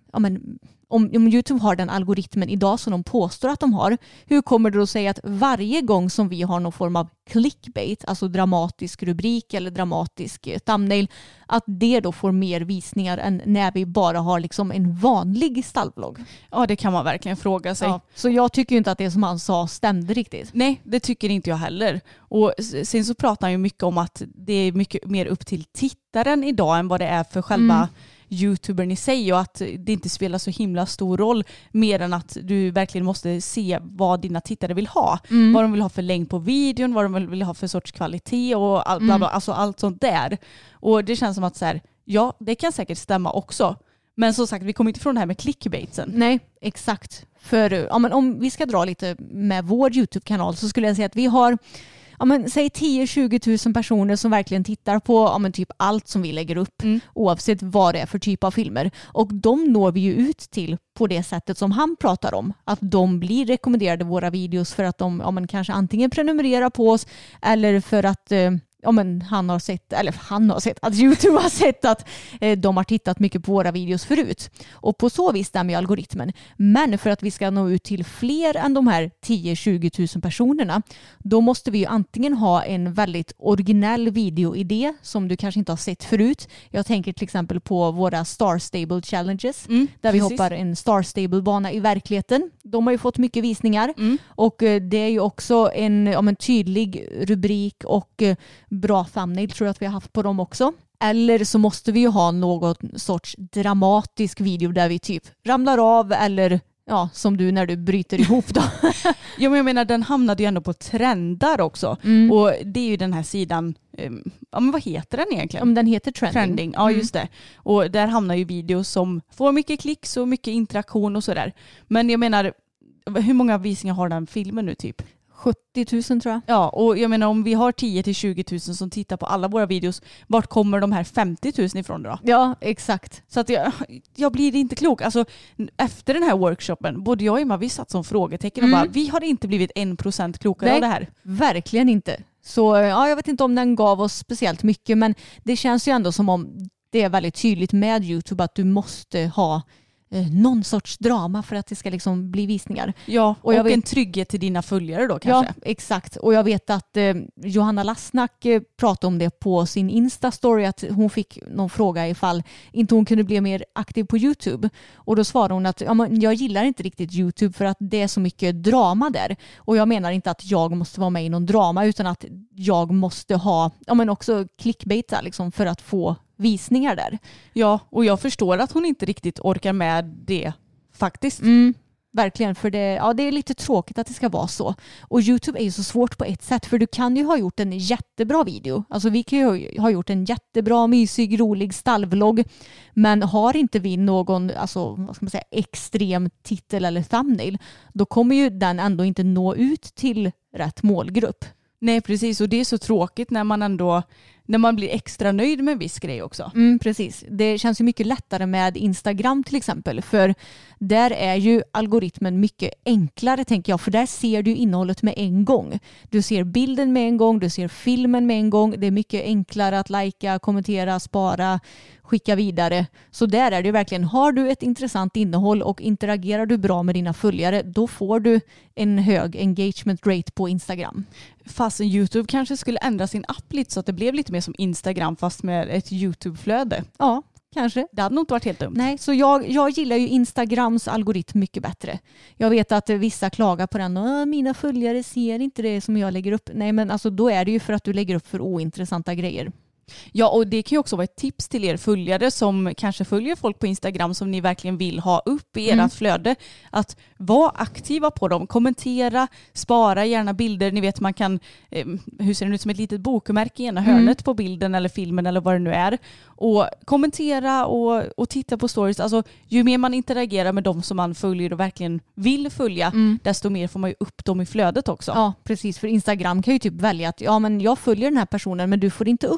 ja men om, om YouTube har den algoritmen idag som de påstår att de har, hur kommer det då att säga att varje gång som vi har någon form av clickbait, alltså dramatisk rubrik eller dramatisk thumbnail, att det då får mer visningar än när vi bara har liksom en vanlig stallvlogg? Ja, det kan man verkligen fråga sig. Ja, så jag tycker ju inte att det som han sa stämde riktigt. Nej, det tycker inte jag heller. Och sen så pratar han ju mycket om att det är mycket mer upp till tittaren idag än vad det är för själva mm. YouTubern i sig, och att det inte spelar så himla stor roll mer än att du verkligen måste se vad dina tittare vill ha. Mm. Vad de vill ha för längd på videon, vad de vill ha för sorts kvalitet och all, bla bla, mm. alltså allt sånt där. Och det känns som att så här, ja, det kan säkert stämma också. Men som sagt, vi kommer inte från det här med clickbaitsen. Nej, exakt. För ja, men om vi ska dra lite med vår YouTube-kanal så skulle jag säga att vi har ja, men, säg tio till tjugo tusen personer som verkligen tittar på ja, men, typ allt som vi lägger upp mm. oavsett vad det är för typ av filmer. Och de når vi ju ut till på det sättet som han pratar om. Att de blir rekommenderade våra videos för att de ja, men, kanske antingen prenumererar på oss eller för att eh, ja, men han har sett, eller han har sett, att YouTube har sett att eh, de har tittat mycket på våra videos förut. Och på så vis stämmer ju algoritmen. Men för att vi ska nå ut till fler än de här tio till tjugo tusen personerna, då måste vi ju antingen ha en väldigt originell videoidé som du kanske inte har sett förut. Jag tänker till exempel på våra Star Stable Challenges, mm, där vi precis. hoppar en Star Stable-bana i verkligheten. De har ju fått mycket visningar. Mm. Och eh, det är ju också en, ja, en tydlig rubrik och eh, bra thumbnail tror jag att vi har haft på dem också. Eller så måste vi ju ha någon sorts dramatisk video där vi typ ramlar av eller ja, som du när du bryter ihop då. Ja, men jag menar, den hamnade ju ändå på trendar också. Mm. Och det är ju den här sidan, um, ja men vad heter den egentligen? Om den heter Trending. Trending, ja mm. just det. Och där hamnar ju videos som får mycket klicks och mycket interaktion och sådär. Men jag menar, hur många visningar har den filmen nu typ? sjuttio tusen tror jag. Ja, och jag menar om vi har tio till tjugo tusen som tittar på alla våra videos, vart kommer de här femtio tusen ifrån då? Ja, exakt. Så att jag, jag blir inte klok. Alltså efter den här workshopen, både jag och Emma, vi satt som frågetecken mm. och bara, vi har inte blivit en procent klokare Nej, av det här. Verkligen inte. Så ja, jag vet inte om den gav oss speciellt mycket, men det känns ju ändå som om det är väldigt tydligt med YouTube att du måste ha någon sorts drama för att det ska liksom bli visningar. Ja, och, och vet, en trygghet till dina följare då kanske. Ja, exakt. Och jag vet att eh, Johanna Lassnack eh, pratade om det på sin Insta-story, att hon fick någon fråga ifall inte hon kunde bli mer aktiv på YouTube. Och då svarade hon att ja, men jag gillar inte riktigt YouTube för att det är så mycket drama där. Och jag menar inte att jag måste vara med i någon drama, utan att jag måste ha ja, men också clickbaita liksom, för att få visningar där. Ja, och jag förstår att hon inte riktigt orkar med det faktiskt. Mm, verkligen, för det, ja, det är lite tråkigt att det ska vara så. Och YouTube är ju så svårt på ett sätt, för du kan ju ha gjort en jättebra video. Alltså vi kan ju ha gjort en jättebra, mysig, rolig stallvlogg, men har inte vi någon alltså, vad ska man säga, extrem titel eller thumbnail, då kommer ju den ändå inte nå ut till rätt målgrupp. Nej, precis. Och det är så tråkigt när man ändå när man blir extra nöjd med en viss grej också. Mm, precis. Det känns ju mycket lättare med Instagram till exempel. För där är ju algoritmen mycket enklare tänker jag. För där ser du innehållet med en gång. Du ser bilden med en gång, du ser filmen med en gång. Det är mycket enklare att likea, kommentera, spara, skicka vidare. Så där är det verkligen, har du ett intressant innehåll och interagerar du bra med dina följare, då får du en hög engagement rate på Instagram. Fast YouTube kanske skulle ändra sin app lite så att det blev lite mer som Instagram fast med ett YouTube-flöde. Ja, kanske. Det hade nog inte varit helt dumt. Nej, så jag, jag gillar ju Instagrams algoritm mycket bättre. Jag vet att vissa klagar på den och mina följare ser inte det som jag lägger upp. Nej, men alltså då är det ju för att du lägger upp för ointressanta grejer. Ja, och det kan ju också vara ett tips till er följare som kanske följer folk på Instagram som ni verkligen vill ha upp i ert mm. flöde. Att vara aktiva på dem, kommentera, spara gärna bilder. Ni vet man kan, eh, hur ser det ut som ett litet bokmärke i ena mm. hörnet på bilden eller filmen eller vad det nu är. Och kommentera och, och titta på stories. Alltså ju mer man interagerar med dem som man följer och verkligen vill följa, mm. desto mer får man ju upp dem i flödet också. Ja, precis. För Instagram kan ju typ välja att ja, men jag följer den här personen men du får inte upp den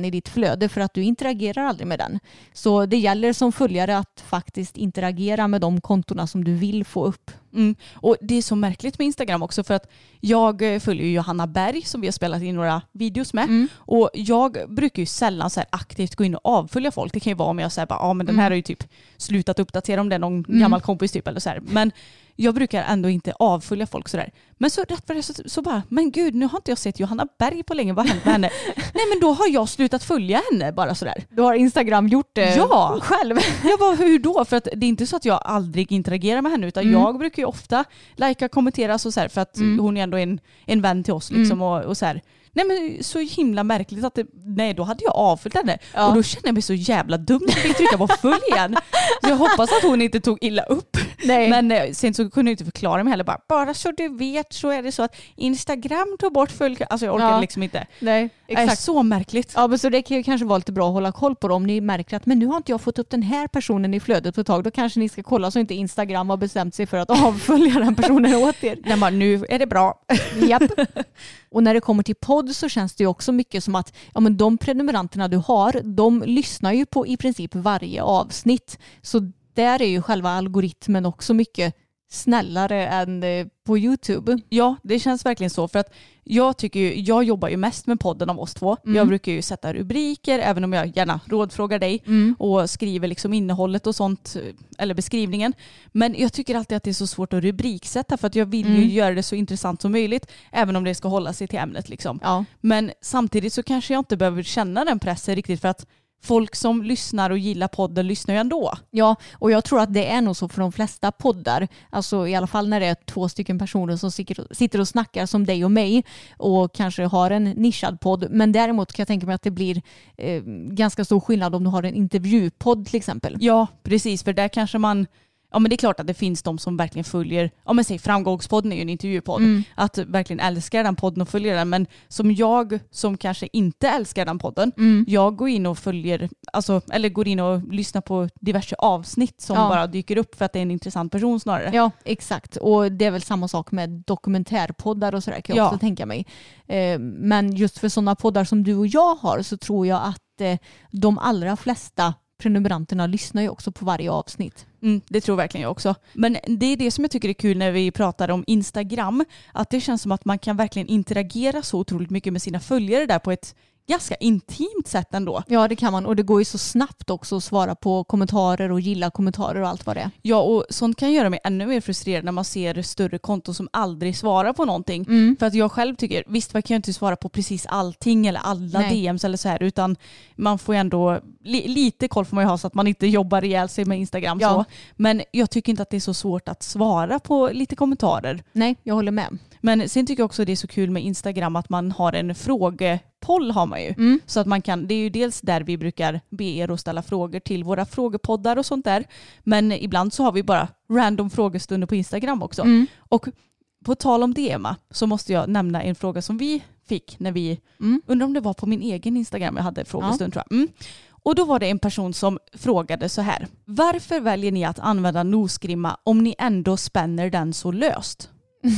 i ditt flöde för att du interagerar aldrig med den. Så det gäller som följare att faktiskt interagera med de kontona som du vill få upp. Mm. Och det är så märkligt med Instagram också för att jag följer ju Johanna Berg som vi har spelat in några videos med mm. och jag brukar ju sällan så här aktivt gå in och avfölja folk. Det kan ju vara om jag säger bara, ja men den här har ju typ slutat uppdatera om det är någon mm. gammal kompis typ eller så här. Men jag brukar ändå inte avfölja folk sådär. Men så rätt för det så, så bara, men gud nu har inte jag sett Johanna Berg på länge, vad har hänt med henne? Nej men då har jag slutat följa henne bara sådär. Du har Instagram gjort det ja. själv? Jag bara, hur då? För att det är inte så att jag aldrig interagerar med henne utan mm. jag brukar ju ofta lajka, kommentera så, så här, för att mm. hon är ändå en, en vän till oss liksom, mm. och, och så här. Nej men så himla märkligt att det, nej då hade jag avföljt henne ja. Och då kände jag mig så jävla dum att jag fick trycka på följ igen. Så jag hoppas att hon inte tog illa upp. Nej. Men sen så kunde jag inte förklara mig heller. Bara, bara så du vet så är det så att Instagram tog bort följ. Alltså jag orkade ja. liksom inte. Nej, exakt. Det är så märkligt. Ja men så det kan ju kanske vara lite bra att hålla koll på det. Om ni märker att men nu har inte jag fått upp den här personen i flödet på ett tag. Då kanske ni ska kolla så inte Instagram har bestämt sig för att avfölja den personen åt er. Nej, bara, nu är det bra. Japp. Och när det kommer till podd så känns det ju också mycket som att ja, men de prenumeranterna du har, de lyssnar ju på i princip varje avsnitt. Så där är ju själva algoritmen också mycket snällare än på YouTube. Ja, det känns verkligen så. För att jag tycker ju, jag jobbar ju mest med podden av oss två. Mm. Jag brukar ju sätta rubriker, även om jag gärna rådfrågar dig mm. och skriver liksom innehållet och sånt, eller beskrivningen. Men jag tycker alltid att det är så svårt att rubriksätta för att jag vill mm. ju göra det så intressant som möjligt, även om det ska hålla sig till ämnet liksom. Ja. Men samtidigt så kanske jag inte behöver känna den pressen riktigt för att folk som lyssnar och gillar podden lyssnar ju ändå. Ja, och jag tror att det är nog så för de flesta poddar. Alltså i alla fall när det är två stycken personer som sitter och snackar som dig och mig och kanske har en nischad podd. Men däremot kan jag tänka mig att det blir eh, ganska stor skillnad om du har en intervjupodd till exempel. Ja, precis. För där kanske man... Ja men det är klart att det finns de som verkligen följer, ja men säg Framgångspodden är ju en intervjupodd, mm. att verkligen älskar den podden och följer den, men som jag som kanske inte älskar den podden, mm. jag går in och följer, alltså, eller går in och lyssnar på diverse avsnitt som ja. bara dyker upp för att det är en intressant person snarare. Ja exakt, och det är väl samma sak med dokumentärpoddar och sådär kan jag ja. också tänka mig. Eh, men just för sådana poddar som du och jag har så tror jag att eh, de allra flesta prenumeranterna lyssnar ju också på varje avsnitt. Mm, det tror verkligen jag också. Men det är det som jag tycker är kul när vi pratar om Instagram. Att det känns som att man kan verkligen interagera så otroligt mycket med sina följare där på ett ganska intimt sätt ändå. Ja det kan man, och det går ju så snabbt också att svara på kommentarer och gilla kommentarer och allt vad det är. Ja, och sånt kan göra mig ännu mer frustrerad när man ser större konton som aldrig svarar på någonting. Mm. För att jag själv tycker, visst man kan ju inte svara på precis allting eller alla Nej. D Ms eller så här, utan man får ju ändå, li, lite koll får man ju ha så att man inte jobbar ihjäl sig med Instagram ja. så. Men jag tycker inte att det är så svårt att svara på lite kommentarer. Nej, jag håller med. Men sen tycker jag också det är så kul med Instagram att man har en frågepoll har man ju. Mm. Så att man kan, det är ju dels där vi brukar be er att ställa frågor till våra frågepoddar och sånt där. Men ibland så har vi bara random frågestunder på Instagram också. Mm. Och på tal om det Emma, så måste jag nämna en fråga som vi fick när vi, mm. undrar om det var på min egen Instagram jag hade frågestund ja. tror jag. Mm. Och då var det en person som frågade så här: varför väljer ni att använda nosgrimma om ni ändå spänner den så löst?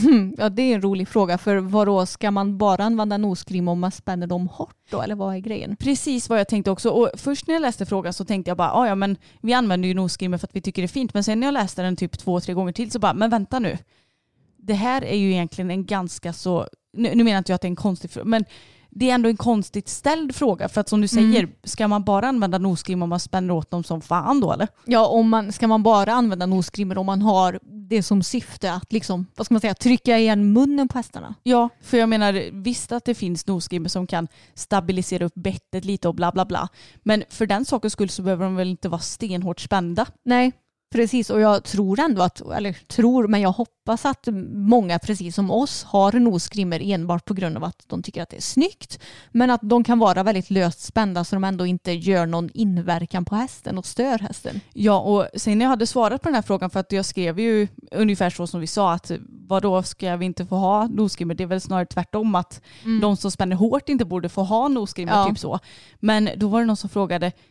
Ja det är en rolig fråga, för vadå, ska man bara använda nosgrimma om man spänner dem hårt då, eller vad är grejen? Precis vad jag tänkte också, och först när jag läste frågan så tänkte jag bara ah, ja men vi använder ju nosgrimma för att vi tycker det är fint, men sen när jag läste den typ två, tre gånger till så bara, men vänta nu, det här är ju egentligen en ganska så, nu, nu menar inte jag att det är en konstig fråga, men det är ändå en konstigt ställd fråga, för att som du säger, mm. ska man bara använda nosgrimma om man spänner åt dem som fan då eller? Ja, om man, ska man bara använda nosgrimmor om man har det som syfte att liksom, vad ska man säga, trycka igen munnen på hästarna? Ja, för jag menar visst att det finns nosgrimmor som kan stabilisera upp bettet lite och bla bla bla, men för den sakens skull så behöver de väl inte vara stenhårt spända? Nej. Precis, och jag tror ändå att, eller tror, men jag hoppas att många precis som oss har nosgrimmor enbart på grund av att de tycker att det är snyggt, men att de kan vara väldigt löst spända så de ändå inte gör någon inverkan på hästen och stör hästen. Ja, och sen när jag hade svarat på den här frågan, för att jag skrev ju ungefär så som vi sa, att vadå, ska vi inte få ha nosgrimmor? Det är väl snarare tvärtom att mm. de som spänner hårt inte borde få ha nosgrimmor, ja. typ så. Men då var det någon som frågade,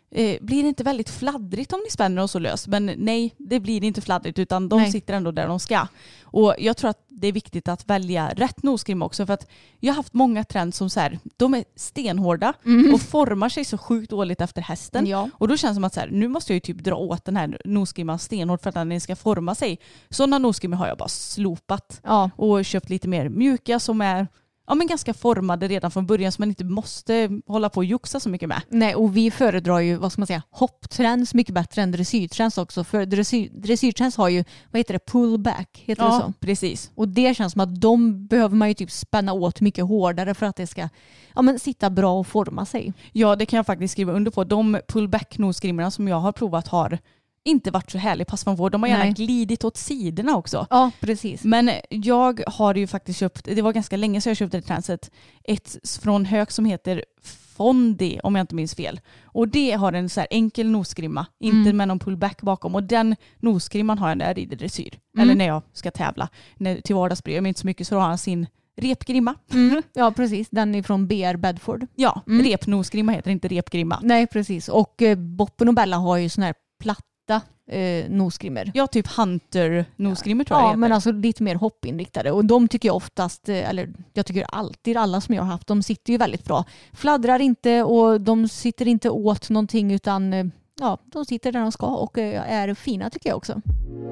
eh, blir det inte väldigt fladdrigt om ni spänner dem så löst? Men nej, det blir inte fladdrigt utan de nej. sitter ändå där de ska. Och jag tror att det är viktigt att välja rätt nosgrimma också, för att jag har haft många trends som så här, de är stenhårda mm. och formar sig så sjukt dåligt efter hästen. Ja. Och då känns det som att så här, nu måste jag ju typ dra åt den här nosgrimman stenhårt för att den ska forma sig. Sådana nosgrimmor har jag bara slopat ja. och köpt lite mer mjuka som är ja, men ganska formade redan från början så man inte måste hålla på och joxa så mycket med. Nej, och vi föredrar ju, vad ska man säga, hopptrends mycket bättre än dressyrtrends också. För dressyr, dressyrtrends har ju, vad heter det, pullback, heter ja, det så? Precis. Och det känns som att de behöver man ju typ spänna åt mycket hårdare för att det ska ja, men sitta bra och forma sig. Ja, det kan jag faktiskt skriva under på. De pullback-nosgrimmorna som jag har provat har inte varit så härlig pass från vår. De har gärna Nej. glidit åt sidorna också. Ja, precis. Men jag har ju faktiskt köpt, det var ganska länge sedan jag köpte det transet, ett från Höök som heter Fondi om jag inte minns fel. Och det har en så här enkel nosgrimma, mm. inte med någon pullback bakom. Och den nosgrimman har jag när jag rider dressyr. Mm. Eller när jag ska tävla. När, till vardags bryr jag mig inte så mycket så har han sin repgrimma. Mm. Ja, precis. Den är från B R Bedford. Ja, mm. repnosgrimma heter inte repgrimma. Nej, precis. Och eh, Boppen och Bella har ju sån här platt Eh, nosgrimmer. Ja, typ Hunter-nosgrimmer tror ja, jag Ja, heter. men alltså lite mer hoppinriktade. Och de tycker jag oftast, eller jag tycker alltid alla som jag har haft, de sitter ju väldigt bra. Fladdrar inte och de sitter inte åt någonting utan ja, de sitter där de ska och är fina tycker jag också.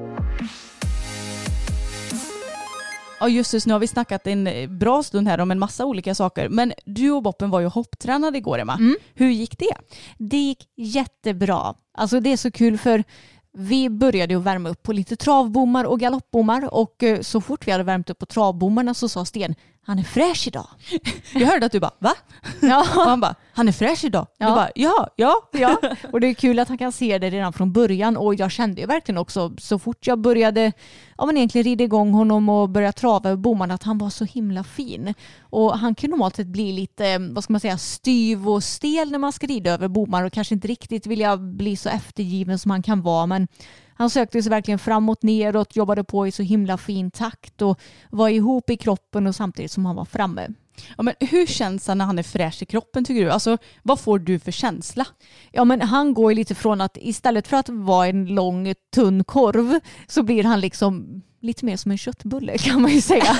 Ja just det, nu har vi snackat en bra stund här om en massa olika saker. Men du och Boppen var ju hopptränade igår, Emma. Mm. Hur gick det? Det gick jättebra. Alltså det är så kul för vi började att värma upp på lite travbommar och galoppbommar och så fort vi hade värmt upp på travbommarna så sa Sten, han är fräsch idag. Jag hörde att du bara, va? Ja. Och han bara, han är fräsch idag. Ja. Du bara, ja, ja. ja. Och det är kul att han kan se det redan från början och jag kände ju verkligen också så fort jag började ja, men egentligen rida igång honom och börja trava över bommarna att han var så himla fin. Och han kan normalt sett bli lite, vad ska man säga, styv och stel när man ska rida över bommar och kanske inte riktigt vilja bli så eftergiven som han kan vara, men han sökte sig verkligen framåt, neråt, jobbade på i så himla fin takt och var ihop i kroppen och samtidigt som han var framme. Ja, men hur känns han när han är fräsch i kroppen tycker du? Alltså, vad får du för känsla? Ja, men han går ju lite från att istället för att vara en lång tunn korv så blir han liksom lite mer som en köttbulle kan man ju säga.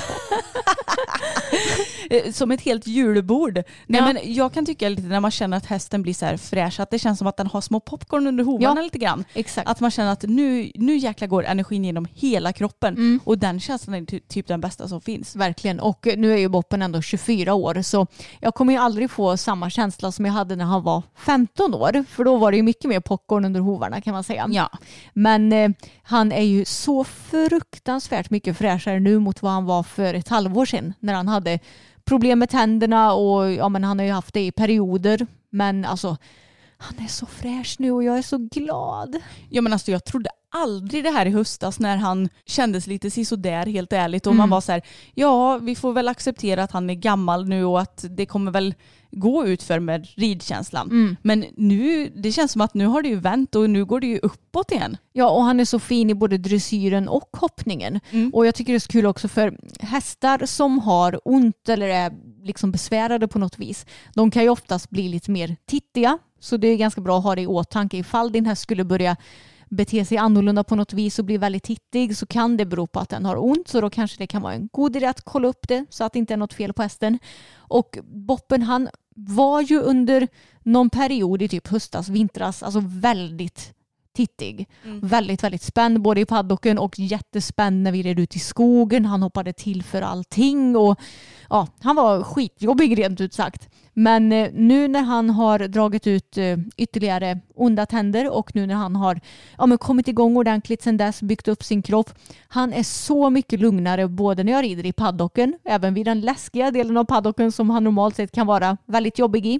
Som ett helt julbord. Nej, ja. men jag kan tycka lite när man känner att hästen blir så här fräsch att det känns som att den har små popcorn under hovarna ja, lite grann. Exakt. Att man känner att nu, nu jäkla går energin genom hela kroppen. Mm. Och den känslan är ty- typ den bästa som finns. Verkligen. Och nu är ju Boppen ändå tjugofyra år så jag kommer ju aldrig få samma känsla som jag hade när han var femton år. För då var det ju mycket mer popcorn under hovarna kan man säga. Ja. Men eh, han är ju så fruktansvärt mycket fräschare nu mot vad han var för ett halvår sedan när han hade problem med tänderna och ja, men han har ju haft det i perioder. Men alltså, han är så fräsch nu och jag är så glad. Ja men alltså jag trodde aldrig det här i höstas när han kändes lite sisådär helt ärligt och Mm. man var så här, ja vi får väl acceptera att han är gammal nu och att det kommer väl gå ut för med ridkänslan. Mm. Men nu, det känns som att nu har det ju vänt och nu går det ju uppåt igen. Ja, och han är så fin i både dressyren och hoppningen. Mm. Och jag tycker det är så kul också för hästar som har ont eller är liksom besvärade på något vis, de kan ju oftast bli lite mer tittiga. Så det är ganska bra att ha det i åtanke. Ifall din häst skulle börja bete sig annorlunda på något vis och bli väldigt tittig så kan det bero på att den har ont. Så då kanske det kan vara en god idé att kolla upp det så att det inte är något fel på hästen. Och Boppen, han var ju under någon period i typ höstas, vintras, alltså väldigt tittig. Mm. Väldigt, väldigt spänd både i paddocken och jättespänd när vi red ut i skogen. Han hoppade till för allting och ja, han var skitjobbig rent ut sagt. Men eh, nu när han har dragit ut eh, ytterligare onda tänder och nu när han har ja, men kommit igång ordentligt sedan dess, byggt upp sin kropp. Han är så mycket lugnare både när jag rider i paddocken, även vid den läskiga delen av paddocken som han normalt sett kan vara väldigt jobbig i.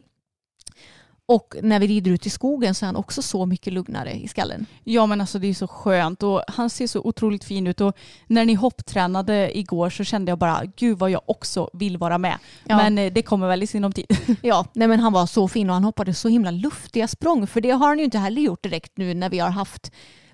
Och när vi rider ut i skogen så är han också så mycket lugnare i skallen. Ja men alltså det är så skönt och han ser så otroligt fin ut och när ni hopptränade igår så kände jag bara gud vad jag också vill vara med. Ja. Men det kommer väl i sinom tid. Ja, nej men han var så fin och han hoppade så himla luftiga språng för det har han ju inte heller gjort direkt nu när vi har haft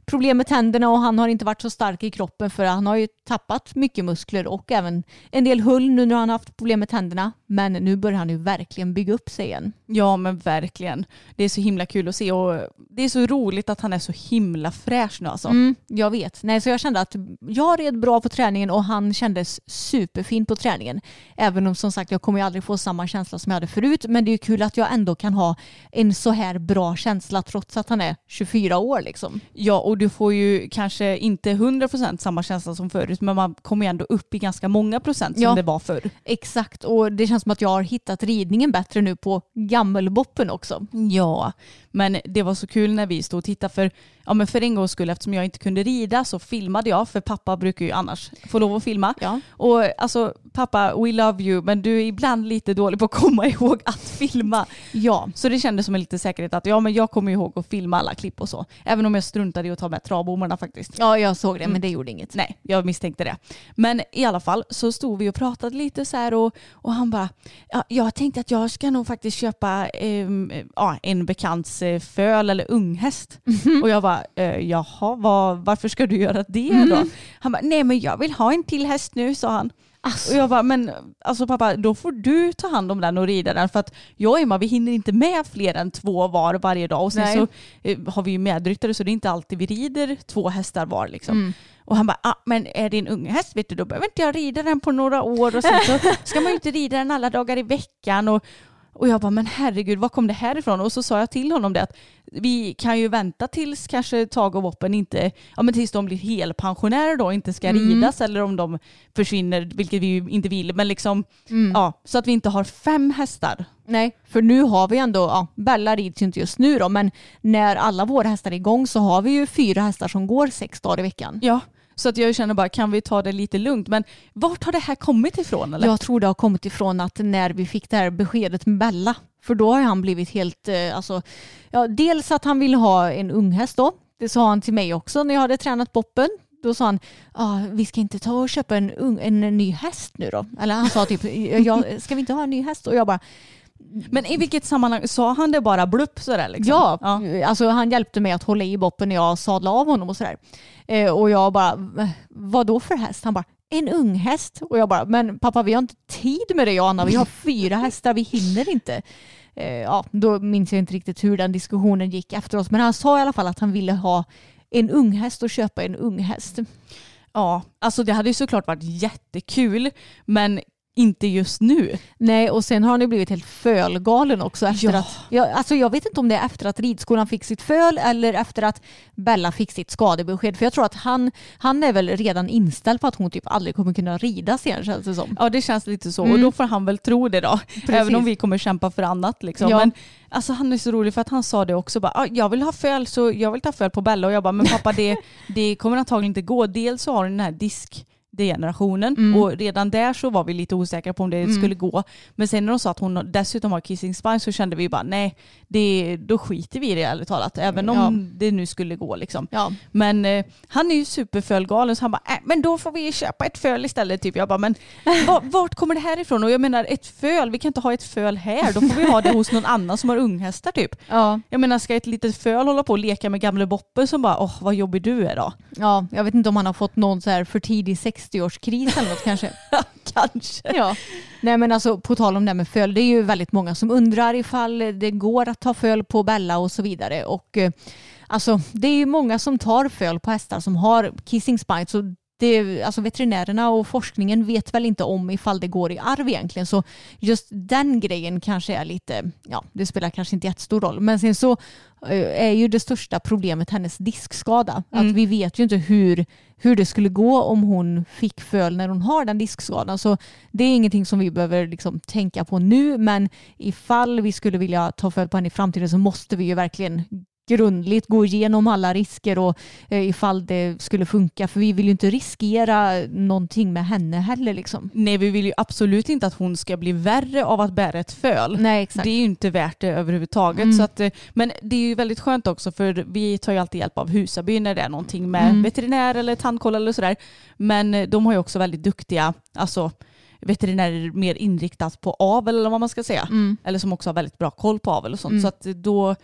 problem med tänderna och han har inte varit så stark i kroppen för han har ju tappat mycket muskler och även en del hull nu när han har haft problem med tänderna. Men nu börjar han ju verkligen bygga upp sig igen. Ja, men verkligen. Det är så himla kul att se och det är så roligt att han är så himla fräsch nu alltså. Mm, jag vet. Nej, så jag kände att jag red bra på träningen och han kändes superfin på träningen. Även om som sagt jag kommer ju aldrig få samma känsla som jag hade förut, men det är ju kul att jag ändå kan ha en så här bra känsla trots att han är tjugofyra år liksom. Ja, och du får ju kanske inte hundra procent samma känsla som förut, men man kommer ju ändå upp i ganska många procent som ja, det var förr. Exakt, och det känns som att jag har hittat ridningen bättre nu på gammelboppen också. Ja, men det var så kul när vi stod och tittade för, ja, men för en gångs skull, eftersom jag inte kunde rida så filmade jag, för pappa brukar ju annars få lov att filma. Ja. Och alltså pappa, we love you, men du är ibland lite dålig på att komma ihåg att filma. Ja. Så det kändes som en liten säkerhet att ja, men jag kommer ihåg att filma alla klipp och så. Även om jag struntade i att ta med travbommarna faktiskt. Ja, jag såg det, Mm. men det gjorde inget. Nej, jag misstänkte det. Men i alla fall så stod vi och pratade lite så här och, och han bara, ja, jag tänkte att jag ska nog faktiskt köpa eh, ja, en bekants eh, föl eller unghäst. Mm-hmm. Och jag bara, eh, jaha, vad, varför ska du göra det då? Mm-hmm. Han bara, nej men jag vill ha en till häst nu, sa han. Alltså. Och jag bara, men alltså pappa, då får du ta hand om den och rida den, för att jag och Emma, vi hinner inte med fler än två var varje dag, och sen Nej. så eh, har vi ju medryttare, så det är inte alltid vi rider två hästar var liksom. Mm. Och han bara, ah, men är det en ung häst, vet du, då behöver inte jag rida den på några år, och sen så ska man ju inte rida den alla dagar i veckan. Och Och jag bara, men herregud, var kom det här ifrån? Och så sa jag till honom det att vi kan ju vänta tills kanske Tag och Woppen inte, ja men tills de blir helpensionärer då, inte ska mm. ridas, eller om de försvinner, vilket vi ju inte vill, men liksom, mm. ja, så att vi inte har fem hästar. Nej, för nu har vi ändå, ja, Bella rids ju inte just nu då, men när alla våra hästar är igång så har vi ju fyra hästar som går sex dagar i veckan. Ja. Så att jag känner bara, kan vi ta det lite lugnt? Men vart har det här kommit ifrån? Eller? Jag tror det har kommit ifrån att när vi fick det här beskedet med Bella, för då har han blivit helt, eh, alltså, ja, dels att han vill ha en unghäst då. Det sa han till mig också när jag hade tränat Boppen. Då sa han, ah, vi ska inte ta och köpa en, ung, en, en ny häst nu då. Eller han sa typ, jag, ska vi inte ha en ny häst? Och jag bara, men i vilket sammanhang sa han det bara blupp sådär liksom? Ja, ja, alltså han hjälpte mig att hålla i Boppen när jag sadlade av honom och sådär. Eh, och jag bara, vad då för häst? Han bara, en ung häst. Och jag bara, men pappa, vi har inte tid med det, Anna. Vi har fyra hästar, vi hinner inte. Eh, ja, då minns jag inte riktigt hur den diskussionen gick efter oss. Men han sa i alla fall att han ville ha en ung häst och köpa en ung häst. Ja, alltså det hade ju såklart varit jättekul, men inte just nu. Nej, och sen har han ju blivit helt fölgalen också efter ja. att, jag, alltså jag vet inte om det är efter att ridskolan fick sitt föl eller efter att Bella fick sitt skadebesked, för jag tror att han, han är väl redan inställd på att hon typ aldrig kommer kunna rida sen, känns det som. Ja, det känns lite så, mm. och då får han väl tro det då. Precis. Även om vi kommer kämpa för annat liksom. Ja. Men alltså han är så rolig för att han sa det också, bara, ah, jag vill ha föl, så jag vill ta föl på Bella, och jag bara, men pappa, det, det kommer antagligen inte gå. Dels så har den här disk det generationen mm. och redan där så var vi lite osäkra på om det mm. skulle gå, men sen när de sa att hon dessutom har kissing spine så kände vi bara nej, det, då skiter vi i det ärligt talat, även om ja. det nu skulle gå liksom. Ja. Men eh, han är ju superfölgalen, så han bara, äh, men då får vi köpa ett föl istället typ. Jag bara, men vart, vart kommer det här ifrån? Och jag menar, ett föl, vi kan inte ha ett föl här, då får vi ha det hos någon annan som har unghästar typ. Ja. Jag menar, ska ett litet föl hålla på och leka med gamla Boppen som bara, åh vad jobbig du är då. Ja, jag vet inte om han har fått någon så här för tidig sextio-årskris eller något kanske. Kanske. Ja. Nej, men alltså på tal om det med föl, det är ju väldigt många som undrar ifall det går att ta föl på Bella och så vidare. Och eh, alltså det är ju många som tar föl på hästar som har kissing spine, så det, alltså veterinärerna och forskningen vet väl inte om ifall det går i arv egentligen, så just den grejen kanske är lite, ja, det spelar kanske inte jättestor roll, men sen så är ju det största problemet hennes diskskada. Mm. Att vi vet ju inte hur, hur det skulle gå om hon fick föl när hon har den diskskadan, så det är ingenting som vi behöver liksom tänka på nu, men ifall vi skulle vilja ta föl på henne i framtiden så måste vi ju verkligen grundligt gå igenom alla risker och eh, ifall det skulle funka, för vi vill ju inte riskera någonting med henne heller liksom. Nej, vi vill ju absolut inte att hon ska bli värre av att bära ett föl. Nej, exakt. Det är ju inte värt det överhuvudtaget. Mm. Så att, men det är ju väldigt skönt också, för vi tar ju alltid hjälp av Husaby när det är någonting med mm. veterinär eller tandkoll eller sådär. Men de har ju också väldigt duktiga, alltså veterinärer mer inriktat på avel eller vad man ska säga. Mm. Eller som också har väldigt bra koll på avel och sånt. Mm. Så att då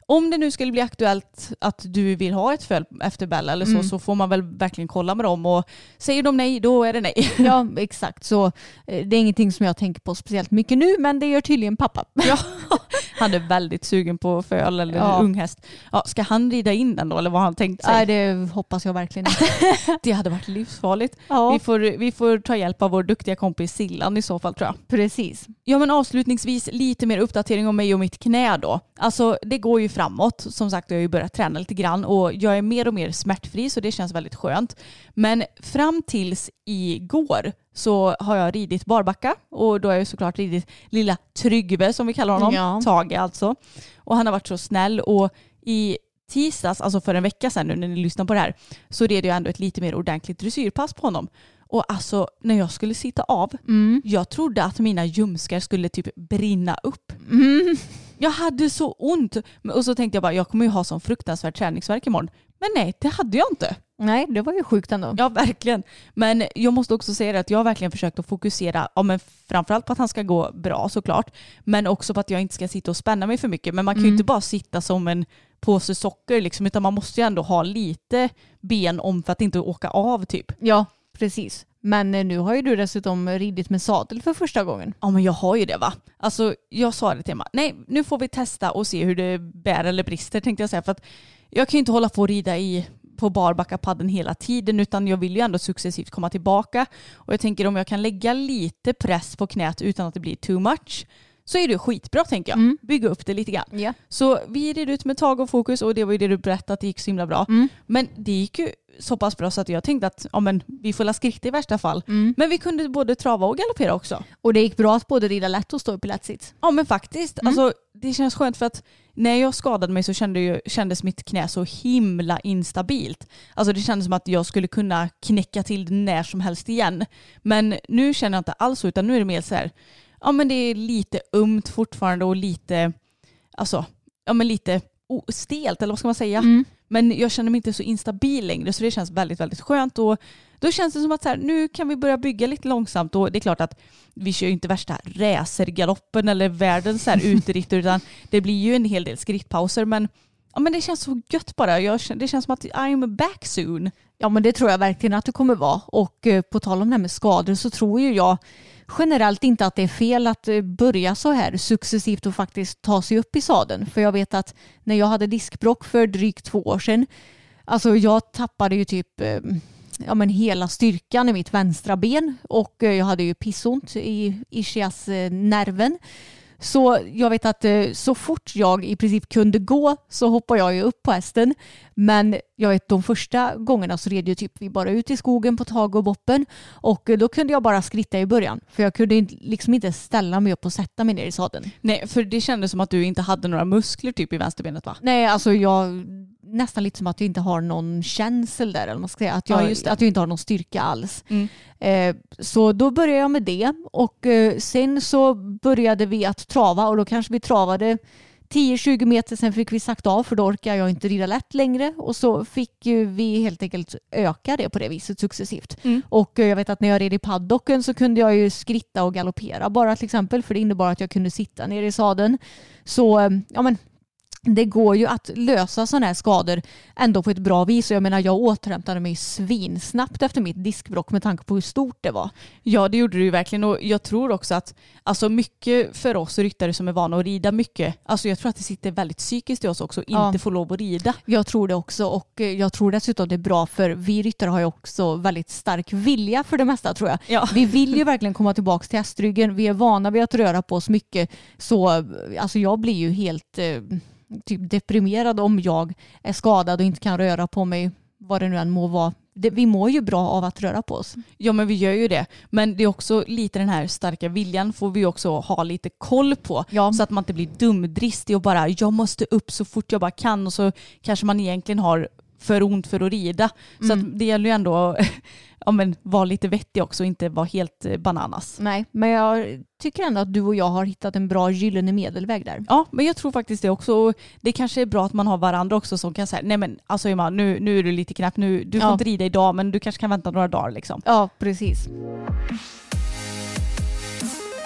om det nu skulle bli aktuellt att du vill ha ett föl efter Bella eller så, mm. så får man väl verkligen kolla med dem och säger de nej, då är det nej. Ja, exakt. Så eh, det är ingenting som jag tänker på speciellt mycket nu, men det gör tydligen pappa. Ja, han är väldigt sugen på föl eller ja. unghäst. Ja, ska han rida in den då eller vad han tänkt sig? Nej, det hoppas jag verkligen inte. Det hade varit livsfarligt. Ja. Vi, får, vi får ta hjälp av vår duktiga kompis Sillan i så fall, tror jag. Precis. Ja, men avslutningsvis lite mer uppdatering om mig och mitt knä då. Alltså det går ju framåt. Som sagt, jag har ju börjat träna lite grann och jag är mer och mer smärtfri, så det känns väldigt skönt. Men fram tills igår så har jag ridit barbacka och då har jag såklart ridit lilla Tryggve som vi kallar honom. Ja. Tage alltså. Och han har varit så snäll, och i tisdags, alltså för en vecka sedan nu när ni lyssnar på det här, så red jag ändå ett lite mer ordentligt dressyrpass på honom. Och alltså när jag skulle sitta av, mm. jag trodde att mina ljumskar skulle typ brinna upp. Mm. Jag hade så ont. Och så tänkte jag bara, jag kommer ju ha sån fruktansvärd träningsvärk imorgon. Men nej, det hade jag inte. Nej, det var ju sjukt ändå. Ja, verkligen. Men jag måste också säga att jag har verkligen försökt att fokusera, ja, men framförallt på att han ska gå bra såklart. Men också på att jag inte ska sitta och spänna mig för mycket. Men man kan mm. ju inte bara sitta som en påse socker liksom, utan man måste ju ändå ha lite ben om för att inte åka av typ. Ja, precis. Men nu har ju du dessutom ridit med sadel för första gången. Ja, men jag har ju det va. Alltså jag sa det till Emma. Nej, nu får vi testa och se hur det bär eller brister, tänkte jag säga. För att jag kan ju inte hålla på att rida i på barbackapadden hela tiden, utan jag vill ju ändå successivt komma tillbaka. Och jag tänker om jag kan lägga lite press på knät utan att det blir too much, så är det skitbra, tänker jag. Mm. Bygga upp det lite grann. Yeah. Så vi red ut med tag och fokus, och det var ju det du berättade att det gick så himla bra. Mm. Men det gick ju så pass bra så att jag tänkte att ja, men vi får la skritta i värsta fall. Mm. Men vi kunde både trava och galoppera också. Och det gick bra att både rida lätt och stå upp i lätt sits. Ja, men faktiskt. Mm. Alltså, det känns skönt för att när jag skadade mig så kände ju, kändes mitt knä så himla instabilt. Alltså det kändes som att jag skulle kunna knäcka till det när som helst igen. Men nu känner jag inte alls så, utan nu är det mer så här, ja men det är lite ömt fortfarande och lite, alltså, ja men lite stelt, eller vad ska man säga. Mm. Men jag känner mig inte så instabil längre, så det känns väldigt, väldigt skönt. Och då känns det som att så här, nu kan vi börja bygga lite långsamt. Och det är klart att vi kör ju inte värsta racergaloppen eller världens så här uteritt, utan det blir ju en hel del skrittpauser. Men, ja, men det känns så gött bara. Jag, det känns som att I'm back soon. Ja, men det tror jag verkligen att du kommer vara. Och eh, på tal om det här med skador, så tror ju jag generellt inte att det är fel att börja så här successivt och faktiskt ta sig upp i sadeln. För jag vet att när jag hade diskbråck för drygt två år sedan, alltså jag tappade ju typ ja, men hela styrkan i mitt vänstra ben, och jag hade ju pissont i ischiasnerven. Så jag vet att så fort jag i princip kunde gå så hoppade jag ju upp på hästen. Men jag vet de första gångerna så red ju typ vi bara ut i skogen på tag och boppen. Och då kunde jag bara skritta i början. För jag kunde liksom inte ställa mig upp och sätta mig ner i sadeln. Nej, för det kändes som att du inte hade några muskler typ i vänsterbenet va? Nej, alltså jag nästan lite som att jag inte har någon känsel där. Eller man ska säga. Att, jag, ja, att jag inte har någon styrka alls. Mm. Eh, så då började jag med det. Och eh, sen så började vi att trava. Och då kanske vi travade tio tjugo meter, sen fick vi sagt av för då orkar jag inte rida lätt längre, och så fick vi helt enkelt öka det på det viset successivt. Mm. Och jag vet att när jag red i paddocken så kunde jag ju skritta och galoppera bara till exempel, för det innebar att jag kunde sitta ner i sadeln. Så ja, men det går ju att lösa sådana här skador ändå på ett bra vis. Jag menar, jag återhämtade mig svinsnabbt efter mitt diskbråck med tanke på hur stort det var. Ja, det gjorde du ju verkligen. Och jag tror också att alltså mycket för oss ryttare som är vana att rida mycket, alltså jag tror att det sitter väldigt psykiskt i oss också, inte ja. få lov att rida. Jag tror det också, och jag tror dessutom det är bra, för vi ryttare har ju också väldigt stark vilja för det mesta, tror jag. Ja. Vi vill ju verkligen komma tillbaka till hästryggen. Vi är vana vid att röra på oss mycket. Så alltså jag blir ju helt eh, typ deprimerad om jag är skadad och inte kan röra på mig, vad det nu än må vara. Det, vi mår ju bra av att röra på oss. Ja, men vi gör ju det. Men det är också lite den här starka viljan får vi också ha lite koll på. Ja. Så att man inte blir dumdristig och bara jag måste upp så fort jag bara kan, och så kanske man egentligen har för ont för att rida. Mm. Så att det gäller ju ändå ja, men vara lite vettig också och inte vara helt bananas. Nej, men jag tycker ändå att du och jag har hittat en bra gyllene medelväg där. Ja, men jag tror faktiskt det också. Det kanske är bra att man har varandra också som kan säga, nej men alltså Emma, nu, nu är du lite knäpp, nu, du får ja. inte rida idag, men du kanske kan vänta några dagar liksom. Ja, precis.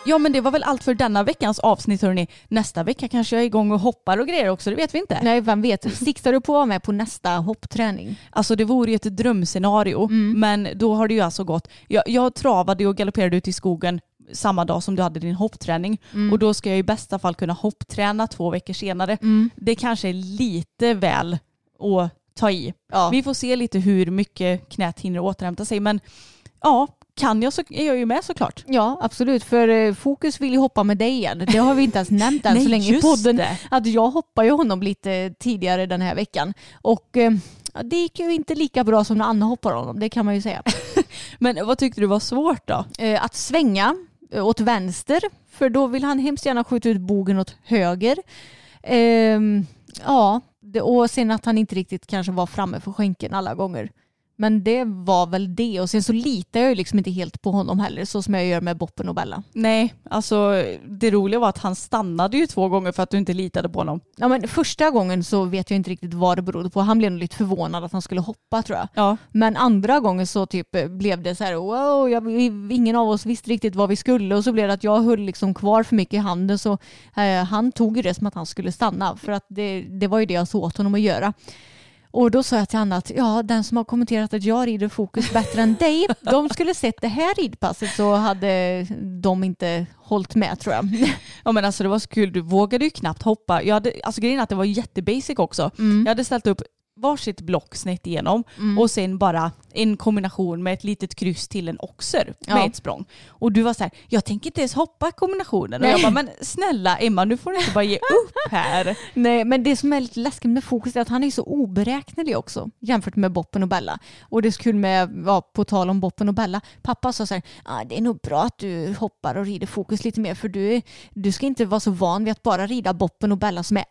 Ja, men det var väl allt för denna veckans avsnitt, hörni. Nästa vecka kanske jag är igång och hoppar och grejer också, det vet vi inte. Nej, vem vet. Siktar du på att vara med på nästa hoppträning? Alltså det vore ju ett drömscenario, mm. men då har det ju alltså gått. Jag, jag travade och galopperade ut i skogen samma dag som du hade din hoppträning. Mm. Och då ska jag i bästa fall kunna hoppträna två veckor senare. Mm. Det kanske är lite väl att ta i. Ja. Vi får se lite hur mycket knät hinner återhämta sig, men ja, kan jag så är jag ju med såklart. Ja, absolut. För eh, Fokus vill ju hoppa med dig igen. Det har vi inte ens nämnt än så länge i podden. Det. Att jag hoppar ju honom lite tidigare den här veckan. Och eh, det gick ju inte lika bra som när Anna hoppar honom. Det kan man ju säga. Men vad tyckte du var svårt då? Eh, att svänga eh, åt vänster. För då vill han hemskt gärna skjuta ut bogen åt höger. Eh, ja, det, och sen att han inte riktigt kanske var framme för skänken alla gånger. Men det var väl det. Och sen så litar jag ju liksom inte helt på honom heller. Så som jag gör med Boppen och Bella. Nej, alltså det roliga var att han stannade ju två gånger för att du inte litade på honom. Ja, men första gången så vet jag inte riktigt vad det berodde på. Han blev nog lite förvånad att han skulle hoppa, tror jag. Ja. Men andra gången så typ blev det så här, wow, jag, ingen av oss visste riktigt vad vi skulle. Och så blev det att jag höll liksom kvar för mycket i handen. Så eh, han tog det som att han skulle stanna. För att det, det var ju det jag sa åt honom att göra. Och då sa jag till Anna att ja, den som har kommenterat att jag rider Fokus bättre än dig, de skulle sett det här ridpasset så hade de inte hållit med, tror jag. Ja, men alltså det var så kul, du vågade ju knappt hoppa. Jag hade, alltså grejen är att det var jättebasic också. Mm. Jag hade ställt upp varsitt block snett igenom mm. och sen bara en kombination med ett litet kryss till en oxer ja. med ett språng. Och du var så här, jag tänker inte ens hoppa kombinationen. Nej. Och jag bara, men snälla Emma, nu får du inte bara ge upp här. Nej, men det som är lite läskigt med Fokus är att han är så oberäknelig också jämfört med Boppen och Bella. Och det är så kul med, ja, på tal om Boppen och Bella, pappa sa så här, ah, det är nog bra att du hoppar och rider Fokus lite mer, för du, du ska inte vara så van vid att bara rida Boppen och Bella som är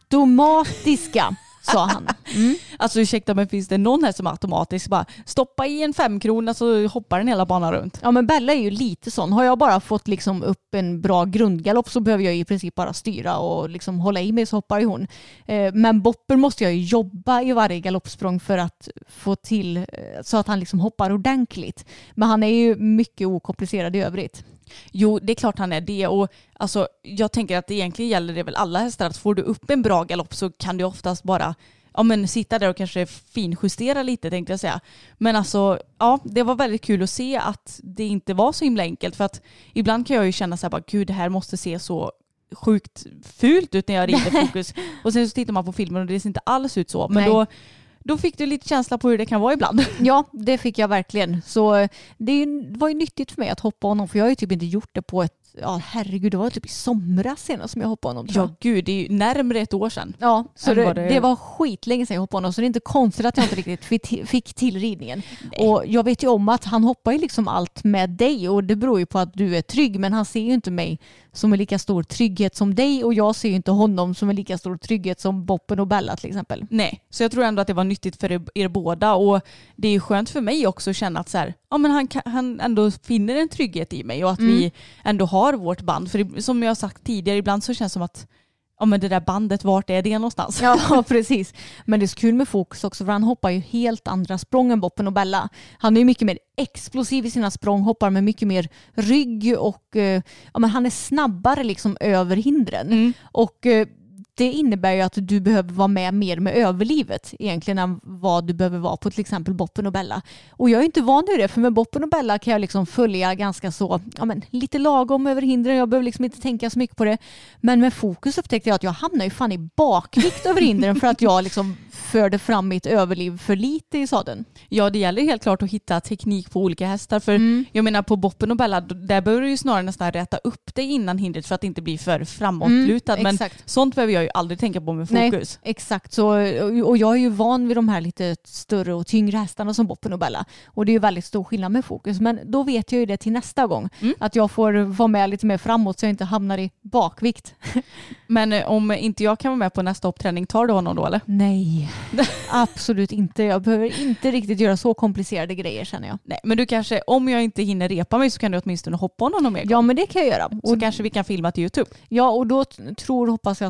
automatiska. Sa han. Mm. Alltså ursäkta, men finns det någon här som automatiskt bara stoppa i en femkrona så hoppar den hela banan runt? Ja, men Bella är ju lite sån. Har jag bara fått liksom upp en bra grundgalopp så behöver jag i princip bara styra och liksom hålla i mig så hoppar ju hon. Eh, men Bopper måste jag ju jobba i varje galoppsprång för att få till eh, så att han liksom hoppar ordentligt. Men han är ju mycket okomplicerad i övrigt. Jo, det är klart han är det, och alltså, jag tänker att det egentligen gäller det väl alla hästar, att får du upp en bra galopp så kan du oftast bara ja, men sitta där och kanske finjustera lite, tänkte jag säga. Men alltså, ja, det var väldigt kul att se att det inte var så himla enkelt, för att ibland kan jag ju känna så här, bara, gud, det här måste se så sjukt fult ut när jag rider Fokus. Och sen så tittar man på filmen och det ser inte alls ut så, men Nej. då Då fick du lite känsla på hur det kan vara ibland. Ja, det fick jag verkligen. Så det var ju nyttigt för mig att hoppa honom. För jag har ju typ inte gjort det på ett... Ja, herregud, det var typ i somras senast som jag hoppade honom. Ja, gud, det är ju närmare ett år sedan. Ja, så det, det... det var skitlänge sedan jag hoppade honom. Så det är inte konstigt att jag inte riktigt fick till ridningen. Nej. Och jag vet ju om att han hoppar ju liksom allt med dig. Och det beror ju på att du är trygg. Men han ser ju inte mig som är lika stor trygghet som dig, och jag ser ju inte honom som är lika stor trygghet som Boppen och Bella till exempel. Nej, så jag tror ändå att det var nyttigt för er, er båda, och det är ju skönt för mig också att känna att så här, ja, men han, han ändå finner en trygghet i mig, och att mm. vi ändå har vårt band. För som jag har sagt tidigare, ibland så känns det som att ja, men det där bandet, vart är det någonstans? Ja, precis. Men det är så kul med Fokus också, för han hoppar ju helt andra språng än Boppen och Bella. Han är ju mycket mer explosiv i sina språng, hoppar med mycket mer rygg, och ja, men han är snabbare liksom över hindren. Mm. Och det innebär ju att du behöver vara med mer med överlivet egentligen än vad du behöver vara på till exempel Boppen och Bella. Och jag är inte van vid det, för med Boppen och Bella kan jag liksom följa ganska så, ja, men lite lagom över hindren. Jag behöver liksom inte tänka så mycket på det. Men med Fokus upptäckte jag att jag hamnar ju fan i bakvikt över hindren för att jag liksom förde fram mitt överliv för lite i sadeln. Ja, det gäller helt klart att hitta teknik på olika hästar. För mm. jag menar, på Boppen och Bella, där behöver du ju snarare nästan rätta upp dig innan hindret för att det inte blir för framåtlutad. Mm, men sånt behöver jag ju aldrig tänka på med Fokus. Nej, exakt. Så, och jag är ju van vid de här lite större och tyngre hästarna som Boppen och Bella. Och det är ju väldigt stor skillnad med Fokus. Men då vet jag ju det till nästa gång. Mm. Att jag får vara med lite mer framåt så jag inte hamnar i bakvikt. Men om inte jag kan vara med på nästa uppträning, tar du honom då eller? Nej, absolut inte. Jag behöver inte riktigt göra så komplicerade grejer, känner jag. Nej, men du kanske, om jag inte hinner repa mig så kan du åtminstone hoppa honom någon mer gång. Ja, men det kan jag göra. Så och kanske vi kan filma till YouTube. Ja, och då tror hoppas jag att det skulle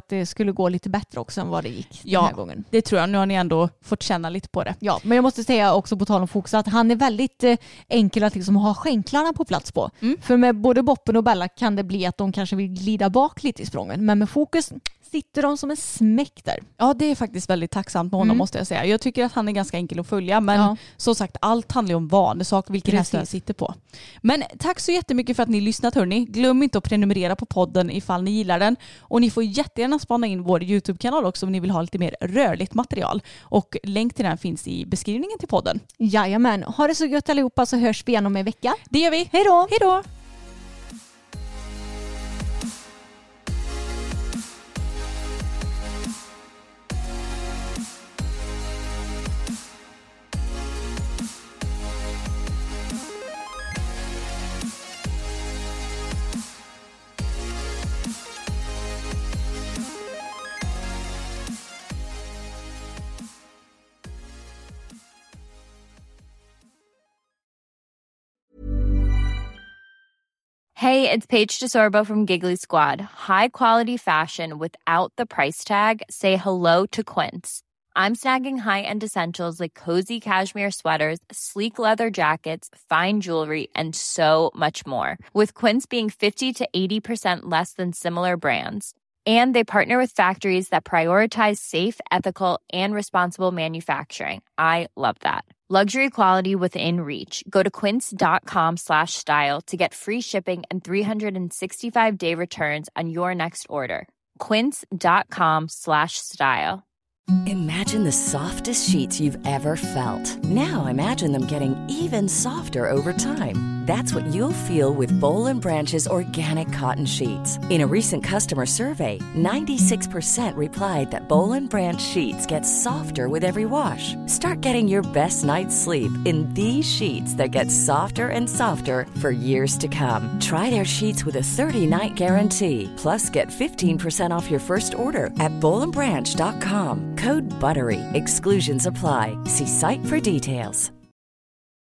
skulle gå lite bättre också än vad det gick ja, den här gången. Det tror jag. Nu har ni ändå fått känna lite på det. Ja, men jag måste säga också på tal om Fokus att han är väldigt eh, enkel att liksom ha skänklarna på plats på. Mm. För med både Boppen och Bella kan det bli att de kanske vill glida bak lite i sprången. Men med Fokus sitter de som en smäck där. Ja, det är faktiskt väldigt tacksamt med honom mm. måste jag säga. Jag tycker att han är ganska enkel att följa, men ja. som sagt, allt handlar ju om vanesak, vilken häst ni sitter på. Men tack så jättemycket för att ni lyssnat, hörni. Glöm inte att prenumerera på podden ifall ni gillar den. Och ni får jättegärna spana in vår YouTube-kanal också om ni vill ha lite mer rörligt material. Och länk till den finns i beskrivningen till podden. Jajamän. Ha det så gött allihopa, så hörs vi igen om en vecka. Det gör vi. Hej då! Hej då! Hey, it's Paige DeSorbo from Giggly Squad. High quality fashion without the price tag. Say hello to Quince. I'm snagging high-end essentials like cozy cashmere sweaters, sleek leather jackets, fine jewelry, and so much more. With Quince being fifty to eighty percent less than similar brands. And they partner with factories that prioritize safe, ethical, and responsible manufacturing. I love that. Luxury quality within reach. Go to quince.com slash style to get free shipping and three sixty-five day returns on your next order. Quince.com slash style. Imagine the softest sheets you've ever felt. Now imagine them getting even softer over time. That's what you'll feel with Boll and Branch's organic cotton sheets. In a recent customer survey, ninety-six percent replied that Boll and Branch sheets get softer with every wash. Start getting your best night's sleep in these sheets that get softer and softer for years to come. Try their sheets with a thirty-night guarantee. Plus, get fifteen percent off your first order at boll and branch dot com. Code BUTTERY. Exclusions apply. See site for details.